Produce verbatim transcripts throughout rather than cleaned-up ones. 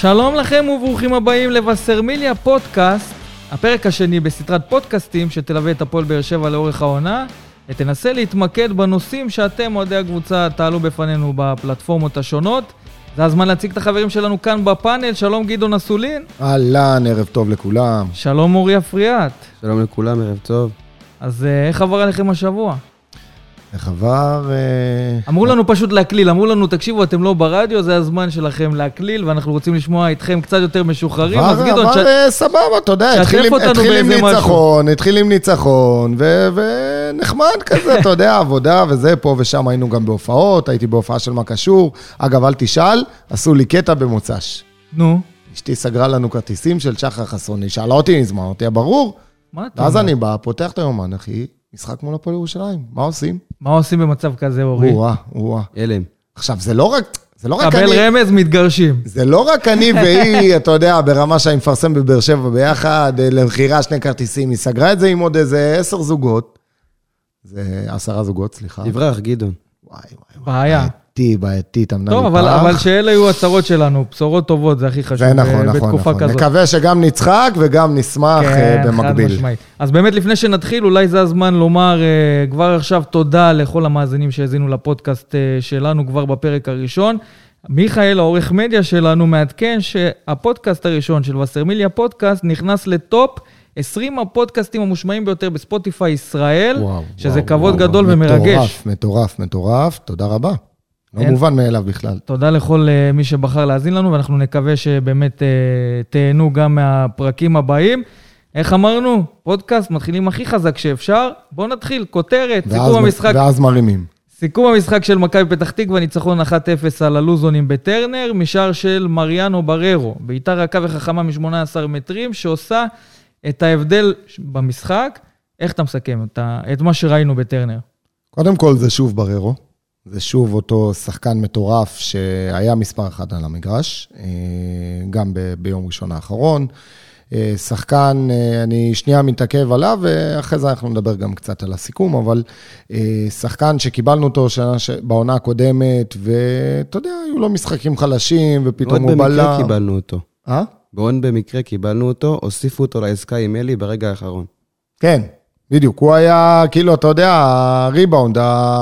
שלום לכם וברוכים הבאים לווסרמיליה פודקאסט, הפרק השני בסדרת פודקאסטים שתלווה את הפועל באר שבע לאורך העונה, ותנסה להתמקד בנושאים שאתם אוהדי הקבוצה תעלו בפנינו בפלטפורמות השונות. זה הזמן להציג את החברים שלנו כאן בפאנל. שלום גדעון אסולין. אהלן, ערב טוב לכולם. שלום אורי אפריאט. שלום לכולם, ערב טוב. אז איך עבר עליכם השבוע? איך עבר... אמרו לנו פשוט להקליל, אמרו לנו, תקשיבו, אתם לא ברדיו, זה הזמן שלכם להקליל, ואנחנו רוצים לשמוע איתכם קצת יותר משוחררים. עבר, עבר, סבבה, אתה יודע, התחיל עם ניצחון, התחיל עם ניצחון, ונחמד כזה, אתה יודע, עבודה וזה, פה ושם היינו גם בהופעות, הייתי בהופעה של מה קשור, אגב, אל תשאל, עשו לי קטע במוצ"ש. נו. אשתי סגרה לנו כרטיסים של שחר חסון, היא שאלה אותי מזמן, אותי ברור, ואז אני בא, פותח את היומן, אחי, משחק מול הפועל ירושלים, מה עושים? מה עושים במצב כזה, אורי? וואה, וואה. אלם. עכשיו, זה לא רק, זה לא רק קבל אני... רמז, מתגרשים. זה לא רק אני והיא, אתה יודע, ברמה שאני מפרסם בבאר שבע ביחד, למחירה שני כרטיסים, היא סגרה את זה עם עוד איזה עשר זוגות. זה עשרה זוגות, סליחה. תברח, גדעון. וואי, וואי, וואי. בעיה. בעייתי, בעייתי, תמנה לי טוב, אבל, אבל שאלה היו הצהרות שלנו, בשורות טובות, זה הכי חשוב. זה נכון, נכון, נכון. כזאת. מקווה שגם נצחק וגם נשמח כן, במקביל. חד משמעית. אז באמת לפני שנתחיל, אולי זה הזמן לומר כבר עכשיו תודה לכל המאזינים שהזינו לפודקאסט שלנו כבר בפרק הראשון. מיכאל, העורך מדיה שלנו, מעדכן שהפודקאסט הראשון של וסרמיליה פודקאסט נכנס לטופ עשרים הפודקאסטים המושמעים ביותר בספוטיפיי ישראל, וואו, שזה וואו, כבוד וואו, גדול וואו, ומרגש. מטורף, מטורף, מטורף. תודה רבה. לא מובן מאליו בכלל. תודה לכל מי שבחר להאזין לנו, ואנחנו נקווה שבאמת תהנו גם מהפרקים הבאים. איך אמרנו? פודקאסט, מתחילים הכי חזק שאפשר. בואו נתחיל, כותרת, סיכום המשחק. ואז מרימים. סיכום המשחק של מכבי פתח תקווה, ניצחון אחת אפס על הלוזונים בטרנר, משאר של מריאנו בררו, בעיטה רכה וחכמה מ-שמונה עשרה מטרים, שעושה את ההבדל במשחק. איך אתה מסכם את, את מה שראינו בטרנר? קודם כל זה שוב בררו. זה שוב אותו שחקן מטורף שהיה מספר אחד על המגרש, גם ב- ביום ראשון האחרון. שחקן, אני שנייה מתעכב עליו, ואחרי זה אנחנו נדבר גם קצת על הסיכום, אבל שחקן שקיבלנו אותו שנה בעונה הקודמת, ואתה יודע, היו לו משחקים חלשים, ופתאום הוא בלה. מאוד במקרה קיבלנו אותו. אה? מאוד במקרה קיבלנו אותו, הוסיפו אותו לעסקה עם אלי ברגע האחרון. כן. בדיוק, הוא היה, כאילו, אתה יודע, הריבאונד,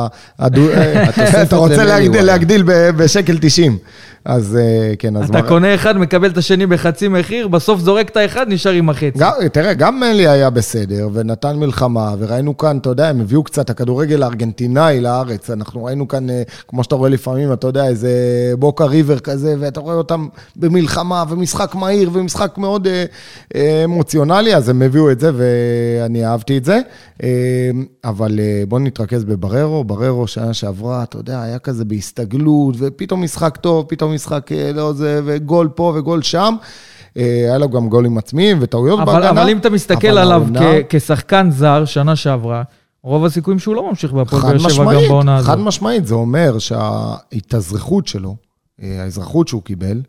אתה רוצה להגדיל בשקל תשעים. אז כן, אז... אתה קונה אחד, מקבל את השני בחצי מחיר, בסוף זורק את האחד, נשאר עם החצי. תראה, גם מלי היה בסדר, ונתן מלחמה, וראינו כאן, אתה יודע, הם הביאו קצת הכדורגל הארגנטינאי לארץ, אנחנו ראינו כאן, כמו שאתה רואה לפעמים, אתה יודע, איזה בוקה ריבר כזה, ואתה רואה אותם במלחמה, ומשחק מהיר, ומשחק מאוד אמוציונלי, אז הם הביאו את זה, ואני אהבתי את זה. אבל בואו נתרכז בבררו, בררו שנה שעברה, אתה יודע, היה כזה בהסתגלות, ופתאום משחק טוב, פתאום משחק לא זה, וגול פה וגול שם, היה לו גם גולים עצמיים וטעויות בהגנה. אבל אם אתה מסתכל עליו כשחקן זר שנה שעברה, רוב הסיכויים שהוא לא ממשיך בהפועל באר שבע גם בעונה הזאת. חד משמעית, זה אומר שההתאזרחות שלו, האזרחות שהוא קיבל,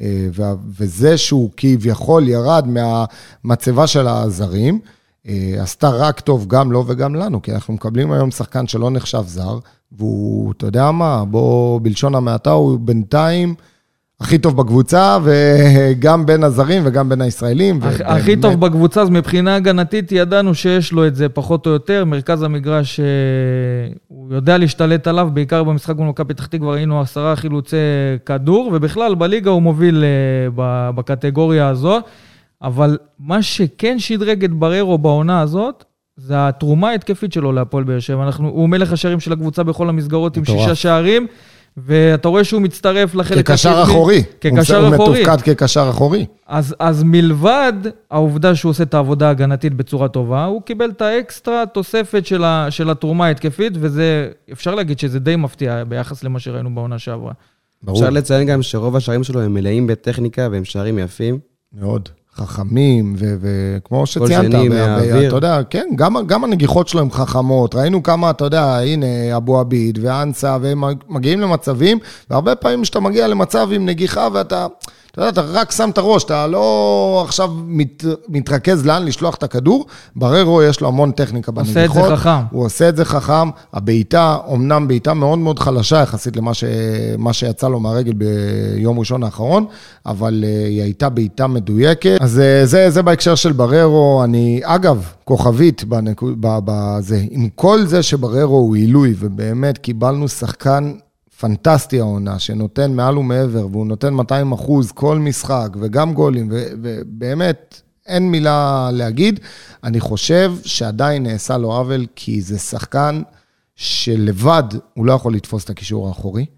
וזה שהוא כביכול ירד מהמצבה של הזרים, עשתה רק טוב גם לו וגם לנו, כי אנחנו מקבלים היום שחקן שלא נחשב זר, והוא, אתה יודע מה, בוא בלשון המעטה, הוא בינתיים הכי טוב בקבוצה, וגם בין הזרים וגם בין הישראלים. הכי טוב בקבוצה, אז מבחינה הגנתית ידענו שיש לו את זה פחות או יותר, מרכז המגרש, הוא יודע להשתלט עליו, בעיקר במשחק מול מכבי פתח תקווה, ראינו עשרה חילוצי כדור, ובכלל בליגה הוא מוביל בקטגוריה הזאת, אבל מה שכן שדרג את בררו בעונה הזאת, זה התרומה ההתקפית שלו להפועל באר שבע. אנחנו, הוא מלך השערים של הקבוצה בכל המסגרות עם שישה שערים, ואתה רואה שהוא מצטרף לחלק... כקשר אחורי. כקשר הוא אחורי. מתופקד כקשר אחורי. אז, אז מלבד העובדה שהוא עושה את העבודה ההגנתית בצורה טובה, הוא קיבל את האקסטרה תוספת של, ה, של התרומה ההתקפית, וזה, אפשר להגיד שזה די מפתיע ביחס למה שראינו בעונה שעברה. ברור. אפשר לציין גם שרוב השערים שלו הם מלאים בטכניקה, והם שערים יפים. מאוד. חכמים, וכמו שציינת, אתה יודע, כן, גם הנגיחות שלו הם חכמות, ראינו כמה, אתה יודע, הנה, אבו עביד ואנסה, והם מגיעים למצבים, והרבה פעמים שאתה מגיע למצב עם נגיחה, ואתה, אתה יודע, אתה רק שם את הראש, אתה לא עכשיו מת, מתרכז לאן לשלוח את הכדור, בררו יש לו המון טכניקה בנגיחות. עושה את זה חכם. הוא עושה את זה חכם, הבעיטה, אמנם בעיטה מאוד מאוד חלשה, יחסית למה ש, מה שיצא לו מהרגל ביום ראשון האחרון, אבל היא הייתה בעיטה מדויקת. אז זה, זה בהקשר של בררו, אני, אגב, כוכבית בזה, עם כל זה שבררו הוא עילוי, ובאמת קיבלנו שחקן פנטסטי העונה, שנותן מעל ומעבר, והוא נותן מאתיים אחוז כל משחק, וגם גולים, ובאמת אין מילה להגיד. אני חושב שעדיין נעשה לו עוול, כי זה שחקן שלבד הוא לא יכול לתפוס את הקישור האחורי,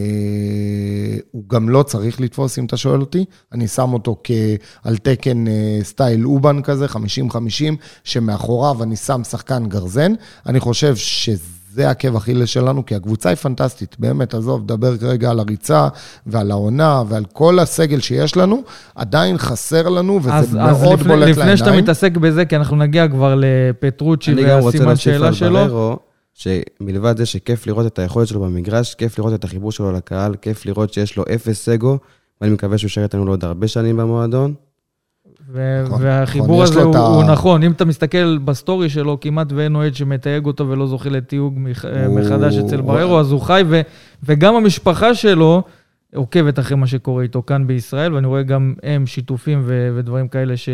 הוא גם לא צריך לתפוס, אם אתה שואל אותי, אני שם אותו כעל תקן סטייל אובן כזה, חמישים חמישים, שמאחוריו אני שם שחקן גרזן, אני חושב שזה עקב אכילס שלנו, כי הקבוצה היא פנטסטית, באמת, עזוב, דבר כרגע על הריצה, ועל העונה, ועל כל הסגל שיש לנו, עדיין חסר לנו, וזה אז, מאוד אז בולט לפני, לעיניים. לפני שאתה מתעסק בזה, כי אנחנו נגיע כבר לפטרוצ'י והסימן שאלה שלו, בררו, שמלבד זה שכיף לראות את היכולת שלו במגרש, כיף לראות את החיבור שלו לקהל, כיף לראות שיש לו אפס אגו, ואני מקווה שהוא יישאר איתנו לעוד הרבה שנים במועדון. ו- נכון, והחיבור נכון, הזה הוא, ה... הוא נכון, אם אתה מסתכל בסטורי שלו, כמעט ואין אוהד שמתייג אותו ולא זוכה לתיוג מח... הוא... מחדש אצל בררו, אז הוא חי, ו... וגם המשפחה שלו עוקבת אחרי מה שקורה איתו כאן בישראל, ואני רואה גם הם שיתופים ו... ודברים כאלה ש...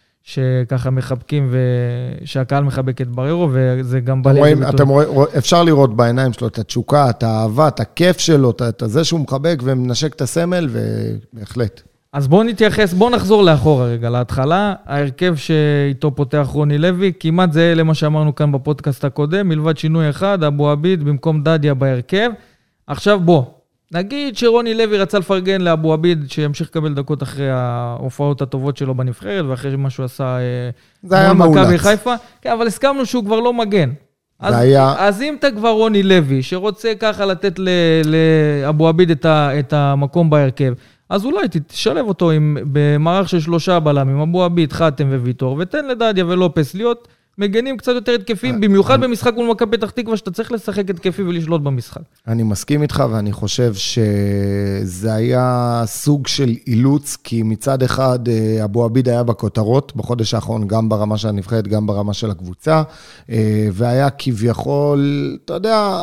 שככה מחבקים, ושהקהל מחבק את בררו, וזה גם בא לי... אתם רואים, אפשר לראות בעיניים שלו את התשוקה, את האהבה, את הכיף שלו, את זה שהוא מחבק ומנשק את הסמל, ובהחלט. אז בואו נתייחס, בואו נחזור לאחורה רגע, להתחלה, ההרכב שאיתו פותח רוני לוי, כמעט זה למה שאמרנו כאן בפודקאסט הקודם, מלבד שינוי אחד, אבו עביד במקום דדיה בהרכב. עכשיו בוא, נגיד שרוני לוי רצה לפרגן לאבו עביד, שימשיך לקבל דקות אחרי ההופעות הטובות שלו בנבחרת, ואחרי מה שהוא עשה מול מכבי חיפה, כן, אבל הסכמנו שהוא כבר לא מגן. אז, היה... אז אם אתה כבר רוני לוי, שרוצה ככה לתת לאבו עביד את, את המקום בהרכב, אז אולי תשלב אותו עם, במערך של שלושה בלמים, אבו עביד, חתם וויטור, ותן לדדיה ולופס להיות מגנים קצת יותר התקפים, במיוחד במשחק מול מכבי פתח תקווה, שאתה צריך לשחק התקפי ולשלוט במשחק. אני מסכים איתך, ואני חושב שזה היה סוג של אילוץ, כי מצד אחד אבו עביד היה בכותרות, בחודש האחרון, גם ברמה של הנבחרת, גם ברמה של הקבוצה, והיה כביכול, אתה יודע,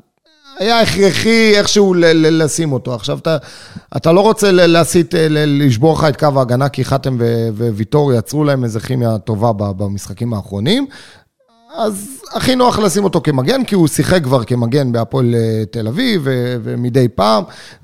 היה הכרחי איכשהו לשים אותו. עכשיו, אתה, אתה לא רוצה להסיט, לשבור לך את קו ההגנה, כי חתם וויטור יצרו להם איזו כימיה טובה במשחקים האחרונים, אז הכי נוח לשים אותו כמגן, כי הוא שיחק כבר כמגן בהפועל תל אביב, ומדי פעם,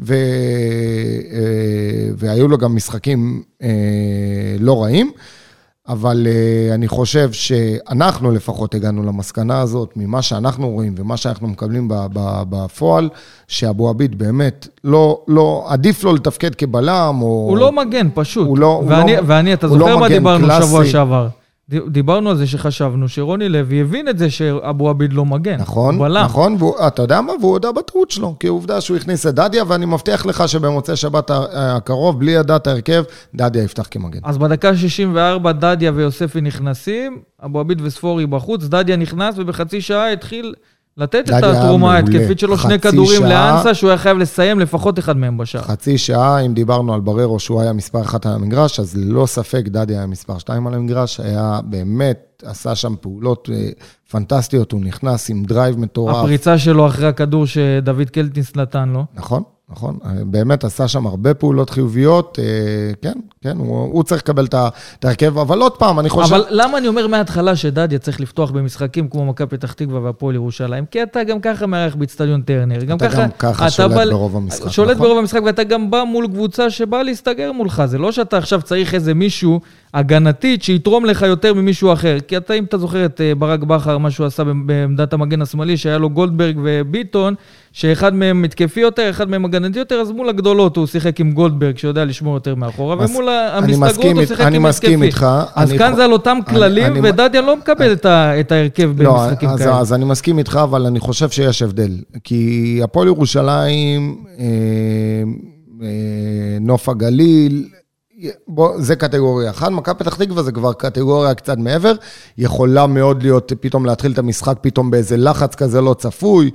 והיו לו גם משחקים לא רעים, אבל uh, אני חושב שאנחנו לפחות הגענו למסקנה הזאת, ממה שאנחנו רואים ומה שאנחנו מקבלים בפועל, שאבו עביד באמת לא, לא, עדיף לו לתפקד כבלם, או... הוא לא מגן, פשוט. הוא לא, ואני, הוא לא, ואני, אתה הוא זוכר לא מה דיברנו קלאסי. שבוע שעבר? דיברנו על זה שחשבנו שרוני לוי הבין את זה שאבו עביד לא מגן. נכון, נכון, ואתה יודע מה? והוא יודע בטעות שלו, כי עובדה שהוא הכניס את דדיה, ואני מבטיח לך שבמוצאי שבת הקרוב, בלי ידעת הרכב, דדיה יפתח כמגן. אז בדקה שישים וארבע, דדיה ויוספי נכנסים, אבו עביד וספורי בחוץ, דדיה נכנס, ובחצי שעה התחיל לתת את התרומה ההתקפית שלו, שני כדורים לאנסה, שהוא היה חייב לסיים לפחות אחד מהם בשעה. חצי שעה, אם דיברנו על בררו, שהוא היה מספר אחת על המגרש, אז ללא ספק דדיה היה מספר שתיים על המגרש, היה באמת, עשה שם פעולות פנטסטיות, הוא נכנס עם דרייב מטורף. הפריצה שלו אחרי הכדור שדוד קלטינס נתן לו. נכון. נכון, באמת עשה שם הרבה פעולות חיוביות, כן, כן, הוא, הוא צריך לקבל את ההרכב, אבל עוד פעם, אני חושב... אבל למה אני אומר מההתחלה שדדיה צריך לפתוח במשחקים כמו מכבי פתח תקווה והפועל ירושלים? כי אתה גם ככה מארח באצטדיון טרנר. גם אתה ככה, גם ככה שולט בא, ברוב המשחק. שולט נכון? ברוב המשחק, ואתה גם בא מול קבוצה שבאה להסתגר מולך. זה לא שאתה עכשיו צריך איזה מישהו הגנתית שיתרום לך יותר ממישהו אחר. כי אתה, אם אתה זוכר את ברק בכר, מה שהוא עשה בעמדת המגן השמאלי, שהיה לו גולדברג וביטון, שאחד מהם מתקפי יותר, אחד מהם הגנתי יותר, אז מול הגדולות הוא שיחק עם גולדברג, שיודע לשמור יותר מאחורה, ומול המסתגרות הוא שיחק עם מתקפי. אז כאן זה על אותם כללים, ודדיה לא מקבל את ההרכב במשחקים כאלה. אז אני מסכים איתך, אבל אני חושב שיש הבדל. כי הפועל ירושלים, נוף הגליל, בוא, זה קטגוריה אחת, מכבי פתח תקווה זה כבר קטגוריה קצת מעבר, יכולה מאוד להיות פתאום להתחיל את המשחק, פתאום באיזה לחץ כזה לא צפוי,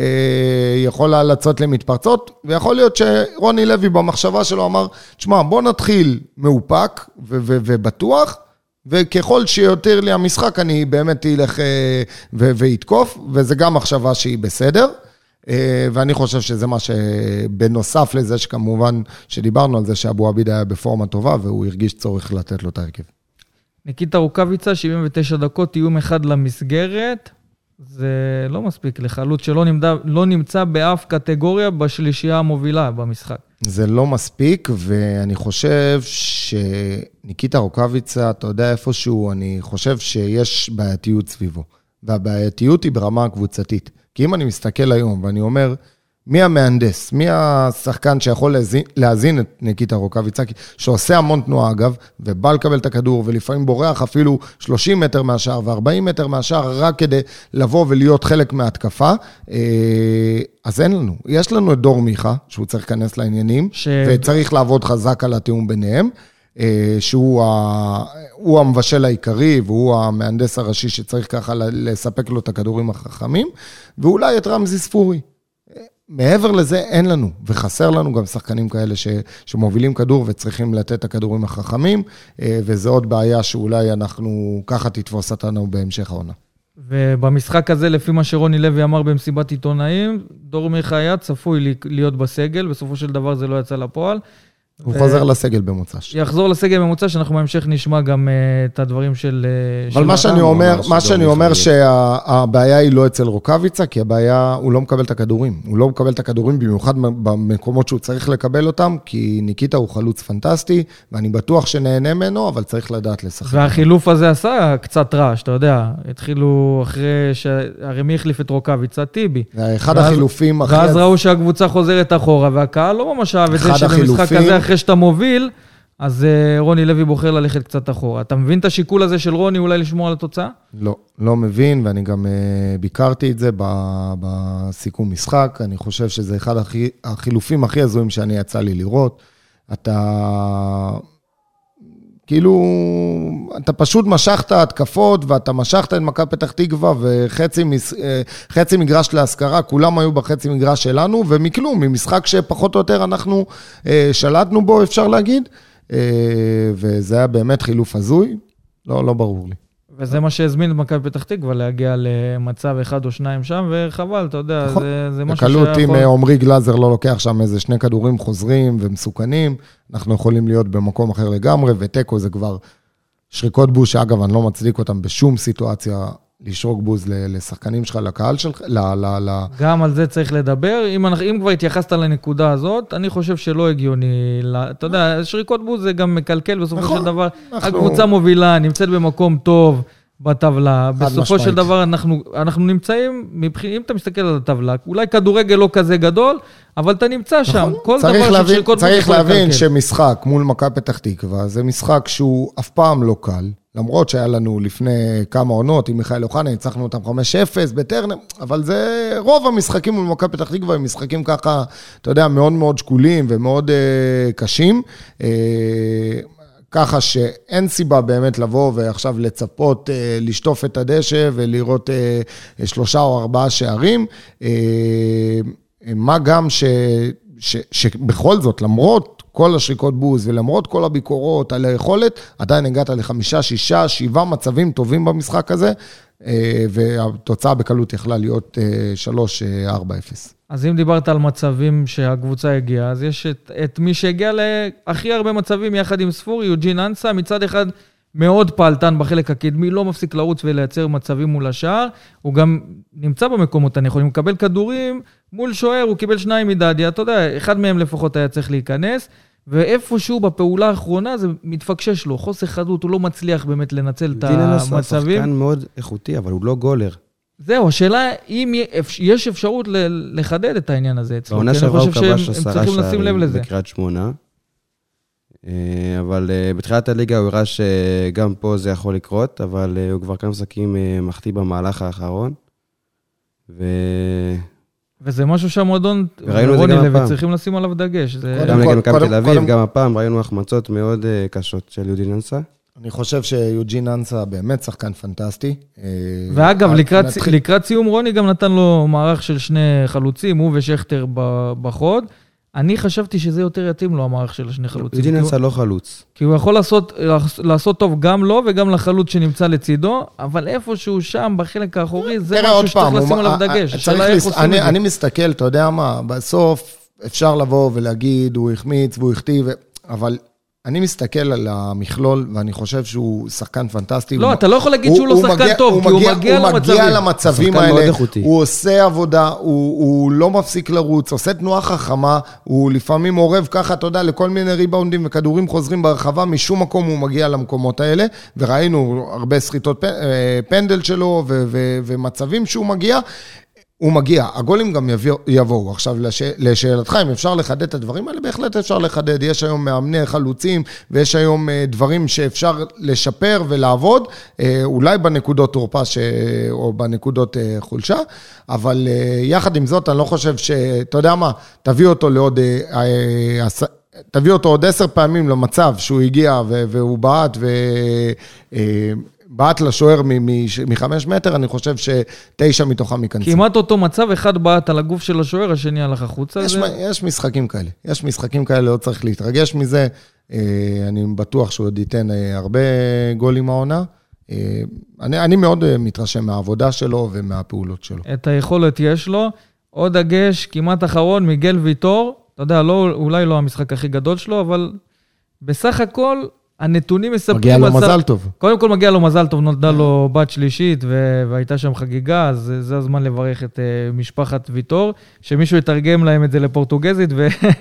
יכולה לצאת למתפרצות, ויכול להיות שרוני לוי במחשבה שלו אמר, תשמע, בוא נתחיל מאופק ו- ו- ובטוח, וככל שיותר לי המשחק, אני באמת אלך ו- ויתקוף, וזה גם מחשבה שהיא בסדר, ואני חושב שזה מה שבנוסף לזה שכמובן שדיברנו על זה שאבו עביד היה בפורמה טובה והוא הרגיש צורך לתת לו את ההרכב. ניקיטה רוקאביצה, שבעים ותשע דקות, איום אחד למסגרת, זה לא מספיק לחלוץ שלא נמצא, לא נמצא באף קטגוריה בשלישייה המובילה במשחק. זה לא מספיק, ואני חושב שניקיטה רוקאביצה, אתה יודע איפשהו, אני חושב שיש בעייתיות סביבו, והבעייתיות היא ברמה הקבוצתית. כי אם אני מסתכל היום ואני אומר, מי המהנדס, מי השחקן שיכול להזין, להזין את ניקיטה רוקאביצה, שעושה המון תנועה אגב, ובא לקבל את הכדור, ולפעמים בורח אפילו שלושים מטר מהשאר ו-ארבעים מטר מהשאר, רק כדי לבוא ולהיות חלק מההתקפה, אז אין לנו. יש לנו את דור מיכה, שהוא צריך להיכנס לעניינים, ש... וצריך לעבוד חזק על התיאום ביניהם, שהוא ה... הוא המבשל העיקרי, והוא המהנדס הראשי שצריך ככה לספק לו את הכדורים החכמים, ואולי את רמזי ספורי. מעבר לזה אין לנו, וחסר לנו גם שחקנים כאלה ש... שמובילים כדור וצריכים לתת את הכדורים החכמים, וזה עוד בעיה שאולי אנחנו ככה תתפוס אותנו בהמשך העונה. ובמשחק הזה, לפי מה שרוני לוי אמר במסיבת עיתונאים, דור מיכה היה צפוי להיות בסגל, בסופו של דבר זה לא יצא לפועל, הוא חוזר לסגל במוצ"ש. יחזור לסגל במוצ"ש, שאנחנו בהמשך נשמע גם את הדברים של... אבל מה שאני אומר, מה שאני אומר שהבעיה היא לא אצל רוקאביצה, כי הבעיה, הוא לא מקבל את הכדורים. הוא לא מקבל את הכדורים במיוחד במקומות שהוא צריך לקבל אותם, כי ניקיטה הוא חלוץ פנטסטי, ואני בטוח שנהנה ממנו, אבל צריך לדעת לשחק. והחילוף הזה עשה קצת רעש, אתה יודע. התחילו אחרי שהרי מי החליף את רוקאביצה? טיבי. אחד החילופים... ואז ראו שהקבוצה חוזרת אחורה, והקהל לא ממש אהב את זה שבמשחק הזה אחרי שאתה מוביל, אז רוני לוי בוחר ללכת קצת אחורה. אתה מבין את השיקול הזה של רוני אולי לשמור על התוצאה? לא, לא מבין, ואני גם ביקרתי את זה בסיכום משחק. אני חושב שזה אחד החילופים הכי הזויים שאני יצא לי לראות. אתה... כאילו, אתה פשוט משכת התקפות, ואתה משכת את מכבי פתח תקווה, וחצי מגרש להשכרה, כולם היו בחצי מגרש שלנו, ומכלום, ממשחק שפחות או יותר אנחנו שלטנו בו, אפשר להגיד, וזה היה באמת חילוף הזוי, לא, לא ברור לי. וזה מה שהזמין את מכבי פתח תקווה, להגיע למצב אחד או שניים שם, וחבל, אתה יודע, נכון. זה, זה משהו הקלות, אם עומרי גלאזר לא לוקח שם איזה שני כדורים חוזרים ומסוכנים, אנחנו יכולים להיות במקום אחר לגמרי, וטקו זה כבר שריקות בוז, שאגב, אני לא מצדיק אותם בשום סיטואציה, לשרוק בוז לשחקנים שלך, לקהל שלך, ל... ל, ל... גם על זה צריך לדבר, אם, אם כבר התייחסת לנקודה הזאת, אני חושב שלא הגיוני, אתה יודע, שריקות בוז זה גם מקלקל, בסופו נכון, של דבר, אנחנו... הקבוצה מובילה, נמצאת במקום טוב, בטבלה, בסופו משמעית. של דבר אנחנו, אנחנו נמצאים, מבחין, אם אתה מסתכל על הטבלה, אולי כדורגל לא כזה גדול, אבל אתה נמצא שם, נכון. כל דבר להבין, שריקות בוז צריך להבין שמשחק מול מכבי פתח תקווה, זה משחק שהוא אף פעם לא קל, למרות שהיה לנו לפני כמה עונות, עם מיכאל אוחנה, ניצחנו אותם חמש אפס בטרנר, אבל זה רוב המשחקים מול מכבי פתח תקווה, הם משחקים ככה, אתה יודע, מאוד מאוד שקולים ומאוד uh, קשים, uh, ככה שאין סיבה באמת לבוא ועכשיו לצפות, uh, לשטוף את הדשא ולראות uh, שלושה או ארבעה שערים, uh, מה גם ש, ש, שבכל זאת, למרות כל השריקות בוז, ולמרות כל הביקורות על היכולת, עדיין הגעת לחמישה, שישה, שבעה מצבים טובים במשחק הזה, והתוצאה בקלות יכלה להיות שלוש ארבע אפס. אז אם דיברת על מצבים שהקבוצה הגיעה, אז יש את, את מי שהגיע להכי הרבה מצבים יחד עם ספורי, יוג'ין אנסה, מצד אחד מאוד פעלתן בחלק הקדמי, לא מפסיק לרוץ ולייצר מצבים מול השאר, הוא גם נמצא במקומות הנכונים, הוא מקבל כדורים מול שוער, הוא קיבל שניים מדדיה, אתה יודע, אחד מהם לפחות היה צריך להיכנס, ואיפשהו בפעולה האחרונה זה מתפקשש לו, חוסר חדות, הוא לא מצליח באמת לנצל את המצבים. דין שחקן מאוד איכותי, אבל הוא לא גולר. זהו, השאלה אם יש אפשרות לחדד את העניין הזה אצלו, בעונה שעברה הוא כבש עשרה שערים בקריית שמונה, אבל בתחילת הליגה הוא הראה שגם פה זה יכול לקרות, אבל הוא כבר כמה משחקים מחטיא במהלך האחרון, וזה משהו שהמועדון, רוני לוי, צריכים לשים עליו דגש. גם נגד מכבי תל אביב, גם הפעם ראינו החמצות מאוד קשות של יוג'ין אנסה. אני חושב שיוג'ין אנסה באמת שחקן פנטסטי. ואגב, לקראת סיום רוני גם נתן לו מערך של שני חלוצים, הוא ושכטר בחוד. אני חשבתי שזה יותר יתאים לו, המערך של שני חלוצים. יוג'ין אנסה לא חלוץ. כי הוא יכול לעשות, לעשות טוב גם לו וגם לחלוץ שנמצא לצידו, אבל איפשהו שם, בחלק האחורי, זה משהו שצריך לשים עליו דגש. אני מסתכל, אתה יודע מה, בסוף אפשר לבוא ולהגיד, הוא החמיץ והוא הכתיב, אבל אני מסתכל על המכלול, ואני חושב שהוא שחקן פנטסטי. לא, אתה לא יכול להגיד שהוא לא שחקן טוב, כי הוא מגיע למצבים האלה, הוא עושה עבודה, הוא לא מפסיק לרוץ, עושה תנועה חכמה, הוא לפעמים עורב ככה, אתה יודע, לכל מיני ריבאונדים וכדורים חוזרים ברחבה, משום מקום הוא מגיע למקומות האלה, וראינו הרבה שריטות פנדל שלו, ומצבים שהוא מגיע, הוא מגיע, הגולים גם יבואו. עכשיו, לשאלתך, אם אפשר לחדד את הדברים האלה, בהחלט אפשר לחדד. יש היום מאמני חלוצים, ויש היום דברים שאפשר לשפר ולעבוד, אולי בנקודות תורפה או בנקודות חולשה, אבל יחד עם זאת, אני לא חושב ש... אתה יודע מה, תביא אותו לעוד... תביא אותו עוד עשר פעמים למצב שהוא הגיע והוא בעט ו... בעט לשוער מחמש מטר, אני חושב שתשע מתוכם ייכנסים. כמעט אותו מצב, אחד בעט על הגוף של השוער, השני הלך החוצה. יש, יש משחקים כאלה, יש משחקים כאלה, לא צריך להתרגש מזה, אני בטוח שהוא עוד ייתן הרבה גולים העונה, אני, אני מאוד מתרשם מהעבודה שלו ומהפעולות שלו. את היכולת יש לו, עוד דגש, כמעט אחרון, מיגל ויטור, אתה יודע, לא, אולי לא המשחק הכי גדול שלו, אבל בסך הכל, הנתונים מספרים... מגיע לו מזל טוב. קודם כל מגיע לו מזל טוב, נולדה לו בת שלישית, והייתה שם חגיגה, אז זה הזמן לברך את משפחת ויטור, שמישהו יתרגם להם את זה לפורטוגזית,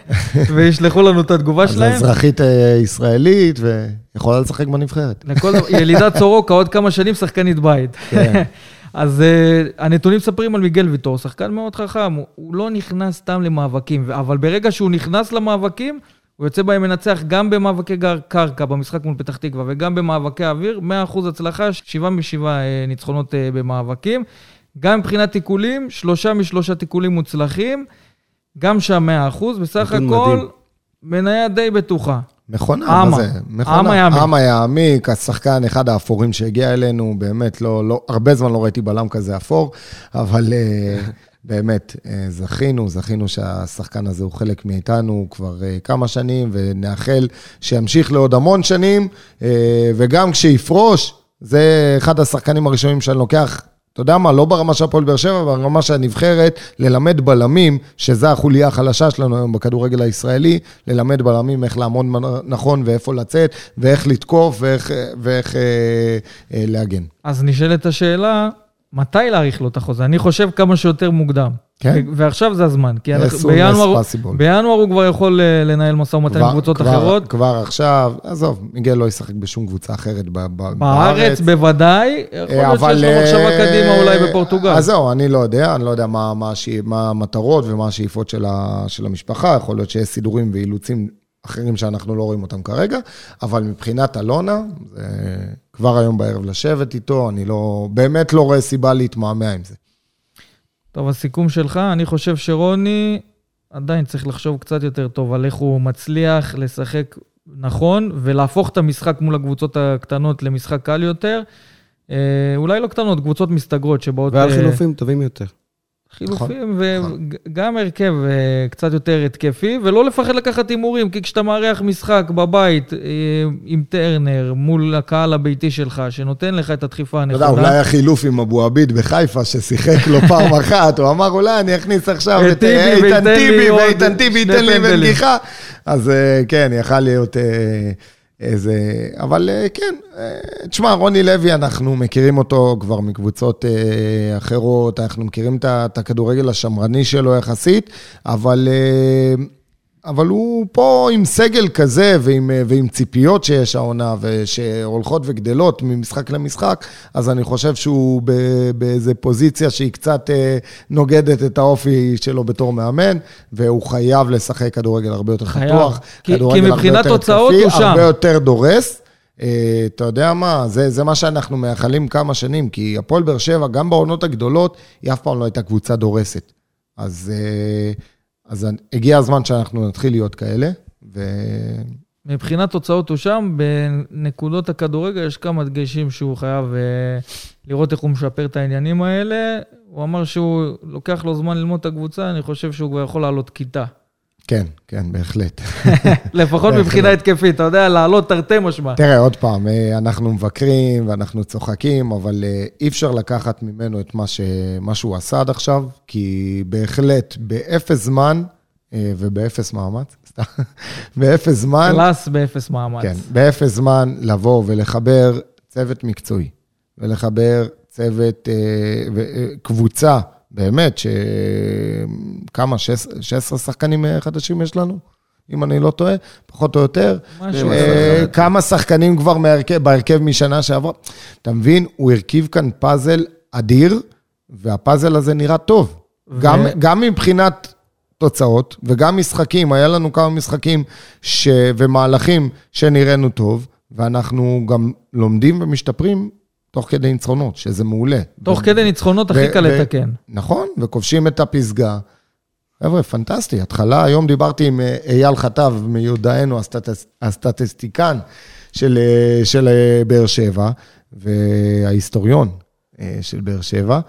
וישלחו לנו את התגובה שלהם. אז אזרחית ישראלית, ויכולה לשחק בנבחרת. ילידת סורוקה, עוד כמה שנים שחקנית בית. אז הנתונים מספרים על מיגל ויטור, שחקן מאוד חכם, הוא לא נכנס סתם למאבקים, אבל ברגע שהוא נכנס למאבקים, הוא יוצא בהם מנצח גם במאבקי קרקע במשחק מול פתח תקווה וגם במאבקי אוויר, מאה אחוז הצלחה, שבעה משבעה ניצחונות במאבקים. גם מבחינת תיקולים, שלושה משלושה תיקולים מוצלחים, גם שם מאה אחוז, בסך הכל מניה די בטוחה. מכונה, מה זה? מכונה. אמה יעמיק, השחקן אחד האפורים שהגיע אלינו, באמת לא, לא, הרבה זמן לא ראיתי בלם כזה אפור, אבל... באמת, זכינו, זכינו שהשחקן הזה הוא חלק מאיתנו כבר כמה שנים, ונאחל שימשיך לעוד המון שנים, וגם כשיפרוש, זה אחד השחקנים הראשונים שאני לוקח, אתה יודע מה, לא ברמה של הפועל באר שבע, ברמה שהנבחרת, ללמד בלמים, שזה החוליה החלשה שלנו היום בכדורגל הישראלי, ללמד בלמים איך לעמוד נכון ואיפה לצאת, ואיך לתקוף ואיך, ואיך אה, אה, להגן. אז נשאלת השאלה, מתי להאריך לו את החוזה? אני חושב כמה שיותר מוקדם. כן? ועכשיו זה הזמן. כי בינואר, בינואר הוא כבר יכול לנהל משא ומתן עם קבוצות כבר, אחרות. כבר עכשיו, עזוב, מיגל לא ישחק בשום קבוצה אחרת בארץ. בארץ בוודאי, יכול להיות שיש לו מחשבה קדימה אולי בפורטוגל. אז זהו, אני לא יודע, אני לא יודע מה, מה, מה המטרות ומה השאיפות של, ה, של המשפחה, יכול להיות שיש סידורים ואילוצים אחרים שאנחנו לא רואים אותם כרגע, אבל מבחינת אלונה, זה כבר היום בערב לשבת איתו, אני לא, באמת לא רואה סיבה להתמהמה עם זה. טוב, הסיכום שלך, אני חושב שרוני עדיין צריך לחשוב קצת יותר טוב על איך הוא מצליח לשחק נכון, ולהפוך את המשחק מול הקבוצות הקטנות למשחק קל יותר. אולי לא קטנות, קבוצות מסתגרות שבאות... ועל חילופים טובים יותר. חילופים, וגם הרכב קצת יותר התקפי, ולא לפחד לקחת הימורים, כי כשאתה מארח משחק בבית עם טרנר מול הקהל הביתי שלך, שנותן לך את הדחיפה הנכונה. אתה יודע, אולי החילוף עם אבו עביד בחיפה, ששיחק לו פעם אחת, הוא אמר, אולי אני אכניס עכשיו את איתן טיבי, ואיתן טיבי ייתן לי בנגיחה. אז כן, יכל להיות... איזה, אבל כן, תשמע, רוני לוי, אנחנו מכירים אותו כבר מקבוצות אחרות, אנחנו מכירים את הכדורגל השמרני שלו יחסית, אבל, אבל הוא פה עם סגל כזה, ועם, ועם ציפיות שיש העונה, ושהולכות וגדלות ממשחק למשחק, אז אני חושב שהוא באיזו פוזיציה שהיא קצת נוגדת את האופי שלו בתור מאמן, והוא חייב לשחק כדורגל הרבה יותר חתוח, כי, כי מבחינת תוצאות הוא שם. הרבה יותר דורס. אתה יודע מה, זה, זה מה שאנחנו מאחלים כמה שנים, כי הפועל באר שבע, גם בעונות הגדולות, היא אף פעם לא הייתה קבוצה דורסת. אז, אז הגיע הזמן שאנחנו נתחיל להיות כאלה, ו... מבחינת תוצאות הוא שם, בנקודות הכדורגל יש כמה דגשים שהוא חייב לראות איך הוא משפר את העניינים האלה. הוא אמר שהוא לוקח לו זמן ללמוד את הקבוצה, אני חושב שהוא כבר יכול לעלות כיתה. כן, כן, בהחלט. לפחות מבחינה התקפית, אתה יודע, לעלות תרתי משמע. תראה, עוד פעם, אנחנו מבקרים ואנחנו צוחקים, אבל אי אפשר לקחת ממנו את מה שהוא עשה עד עכשיו, כי בהחלט, באפס זמן, ובאפס מאמץ, באפס זמן. קלאס באפס מאמץ. כן, באפס זמן לבוא ולחבר צוות מקצועי, ולחבר צוות, קבוצה, באמת, שכמה, שש עשרה שחקנים חדשים יש לנו, אם אני לא טועה, פחות או יותר. כמה שחקנים כבר בהרכב משנה שעברה. אתה מבין, הוא הרכיב כאן פאזל אדיר, והפאזל הזה נראה טוב. גם מבחינת תוצאות, וגם משחקים, היה לנו כמה משחקים ש... ומהלכים שנראינו טוב, ואנחנו גם לומדים ומשתפרים תוך כדי ניצחונות, שזה מעולה. תוך ו... כדי ניצחונות הכי קל ו... לתקן. נכון, וכובשים את הפסגה. חבר'ה, פנטסטי. התחלה, היום דיברתי עם אייל חטב, מיודענו, הסטטיס... הסטטיסטיקן של, של באר שבע, וההיסטוריון של באר שבע,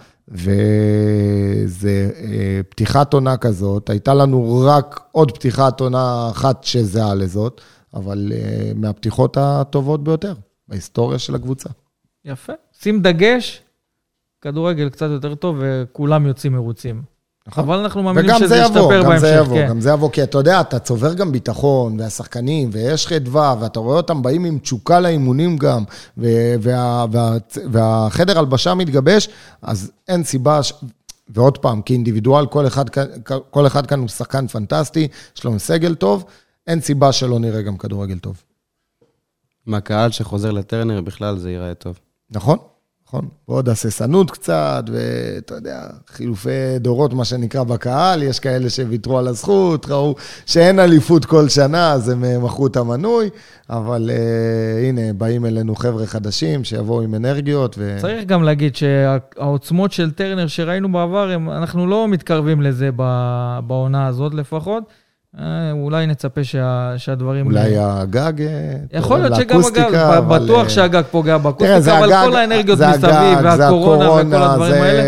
וזה פתיחת עונה כזאת, הייתה לנו רק עוד פתיחת עונה אחת שזהה לזאת, אבל מהפתיחות הטובות ביותר, בהיסטוריה של הקבוצה. יפה. שים דגש, כדורגל קצת יותר טוב, וכולם יוצאים מרוצים. אבל אנחנו מאמינים שזה ישתפר בהמשך. גם זה יבוא, גם זה יבוא, כי אתה יודע, אתה צובר גם ביטחון, והשחקנים, ויש חדווה, ואתה רואה אותם באים עם תשוקה לאימונים גם, והחדר הלבשה מתגבש, אז אין סיבה, ועוד פעם, כאינדיבידואל, כל אחד כאן הוא שחקן פנטסטי, יש לו סגל טוב, אין סיבה שלא נראה גם כדורגל טוב. מהקהל שחוזר לטרנר בכלל זה ייראה טוב. נכון. נכון, ועוד הססנות קצת, ואתה יודע, חילופי דורות, מה שנקרא בקהל, יש כאלה שוויתרו על הזכות, ראו שאין אליפות כל שנה, אז הם מכרו את המנוי, אבל uh, הנה, באים אלינו חבר'ה חדשים, שיבואו עם אנרגיות. ו... צריך גם להגיד שהעוצמות של טרנר שראינו בעבר, הם, אנחנו לא מתקרבים לזה בעונה הזאת לפחות, אולי נצפה שה, שהדברים... אולי הגג... יכול להיות שגם הגג, בטוח שהגג פוגע באקוסטיקה, אבל כל האנרגיות מסביב, והקורונה וכל הדברים האלה.